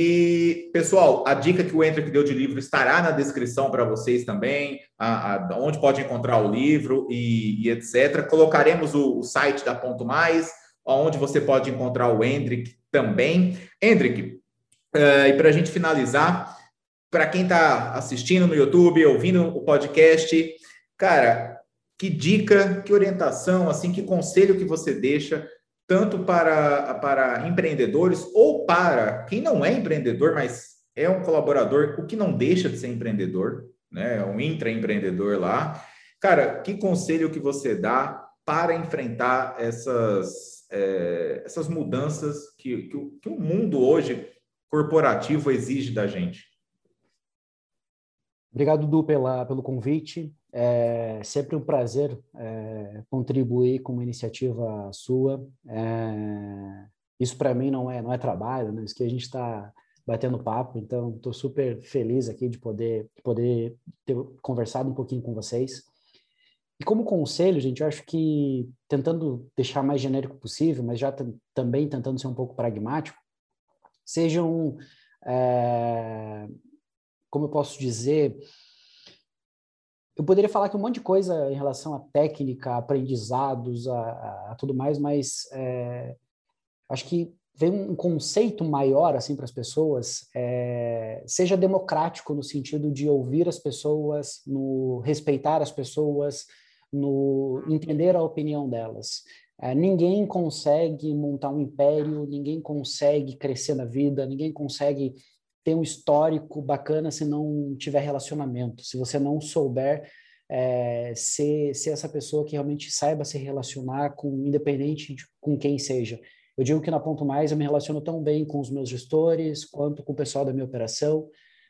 A: E, pessoal, a dica que o Hendrik deu de livro estará na descrição para vocês também, onde pode encontrar o livro e etc. Colocaremos o site da Ponto Mais, onde você pode encontrar o Hendrik também. Hendrik, e para a gente finalizar, para quem está assistindo no YouTube, ouvindo o podcast, cara, que dica, que orientação, assim, que conselho que você deixa tanto para empreendedores ou para quem não é empreendedor, mas é um colaborador, o que não deixa de ser empreendedor, né? É um intraempreendedor lá. Cara, que conselho que você dá para enfrentar essas mudanças que o mundo hoje corporativo exige da gente?
B: Obrigado, Du, pelo convite. É sempre um prazer contribuir com uma iniciativa sua. Isso para mim não é trabalho, né? Isso que a gente está batendo papo, então estou super feliz aqui de poder ter conversado um pouquinho com vocês. E como conselho, gente, eu acho que tentando deixar mais genérico possível, mas já também tentando ser um pouco pragmático, sejam, como eu posso dizer, eu poderia falar que um monte de coisa em relação à técnica, aprendizados, a tudo mais, mas acho que vem um conceito maior assim para as pessoas, seja democrático no sentido de ouvir as pessoas, no respeitar as pessoas, no entender a opinião delas. Ninguém consegue montar um império, ninguém consegue crescer na vida, ninguém consegue ter um histórico bacana se não tiver relacionamento, se você não souber ser essa pessoa que realmente saiba se relacionar independente com quem seja. Eu digo que na Ponto Mais eu me relaciono tão bem com os meus gestores quanto com o pessoal da minha operação.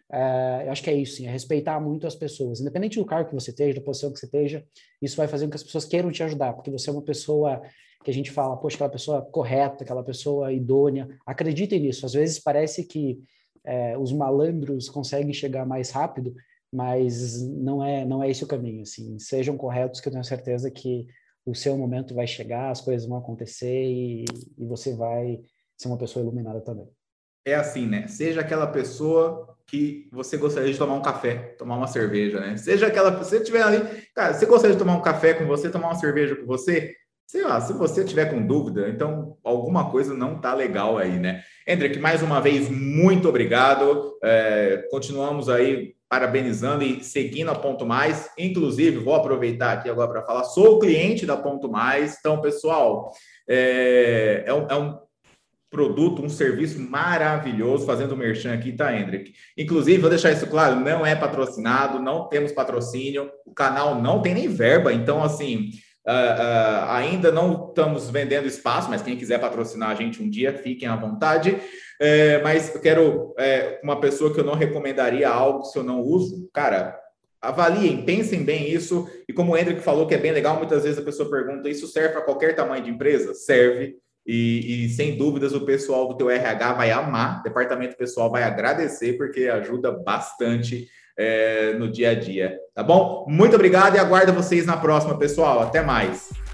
B: eu acho que é isso, sim, é respeitar muito as pessoas, independente do cargo que você esteja, da posição que você esteja, isso vai fazer com que as pessoas queiram te ajudar, porque você é uma pessoa que a gente fala, poxa, aquela pessoa correta, aquela pessoa idônea, acreditem nisso, às vezes parece que os malandros conseguem chegar mais rápido, mas não é esse o caminho, assim, sejam corretos que eu tenho certeza que o seu momento vai chegar, as coisas vão acontecer e você vai ser uma pessoa iluminada também.
A: É assim, né? Seja aquela pessoa que você gostaria de tomar um café, tomar uma cerveja, né? Seja aquela pessoa, se você estiver ali, cara, você gostaria de tomar um café com você, tomar uma cerveja com você? Sei lá, se você tiver com dúvida, então alguma coisa não tá legal aí, né? Hendrik, mais uma vez, muito obrigado. Continuamos aí parabenizando e seguindo a Ponto Mais. Inclusive, vou aproveitar aqui agora para falar, sou cliente da Ponto Mais. Então, pessoal, é um produto, um serviço maravilhoso, fazendo merchan aqui, tá, Hendrik? Inclusive, vou deixar isso claro, não é patrocinado, não temos patrocínio, o canal não tem nem verba, então, assim, ainda não estamos vendendo espaço, mas quem quiser patrocinar a gente um dia, fiquem à vontade. Mas eu quero, uma pessoa que eu não recomendaria algo se eu não uso, cara, avaliem, pensem bem isso, e como o Hendrik falou que é bem legal, muitas vezes a pessoa pergunta, isso serve para qualquer tamanho de empresa? Serve. E sem dúvidas o pessoal do teu RH vai amar, o departamento pessoal vai agradecer, porque ajuda bastante no dia a dia, tá bom? Muito obrigado e aguardo vocês na próxima, pessoal. Até mais.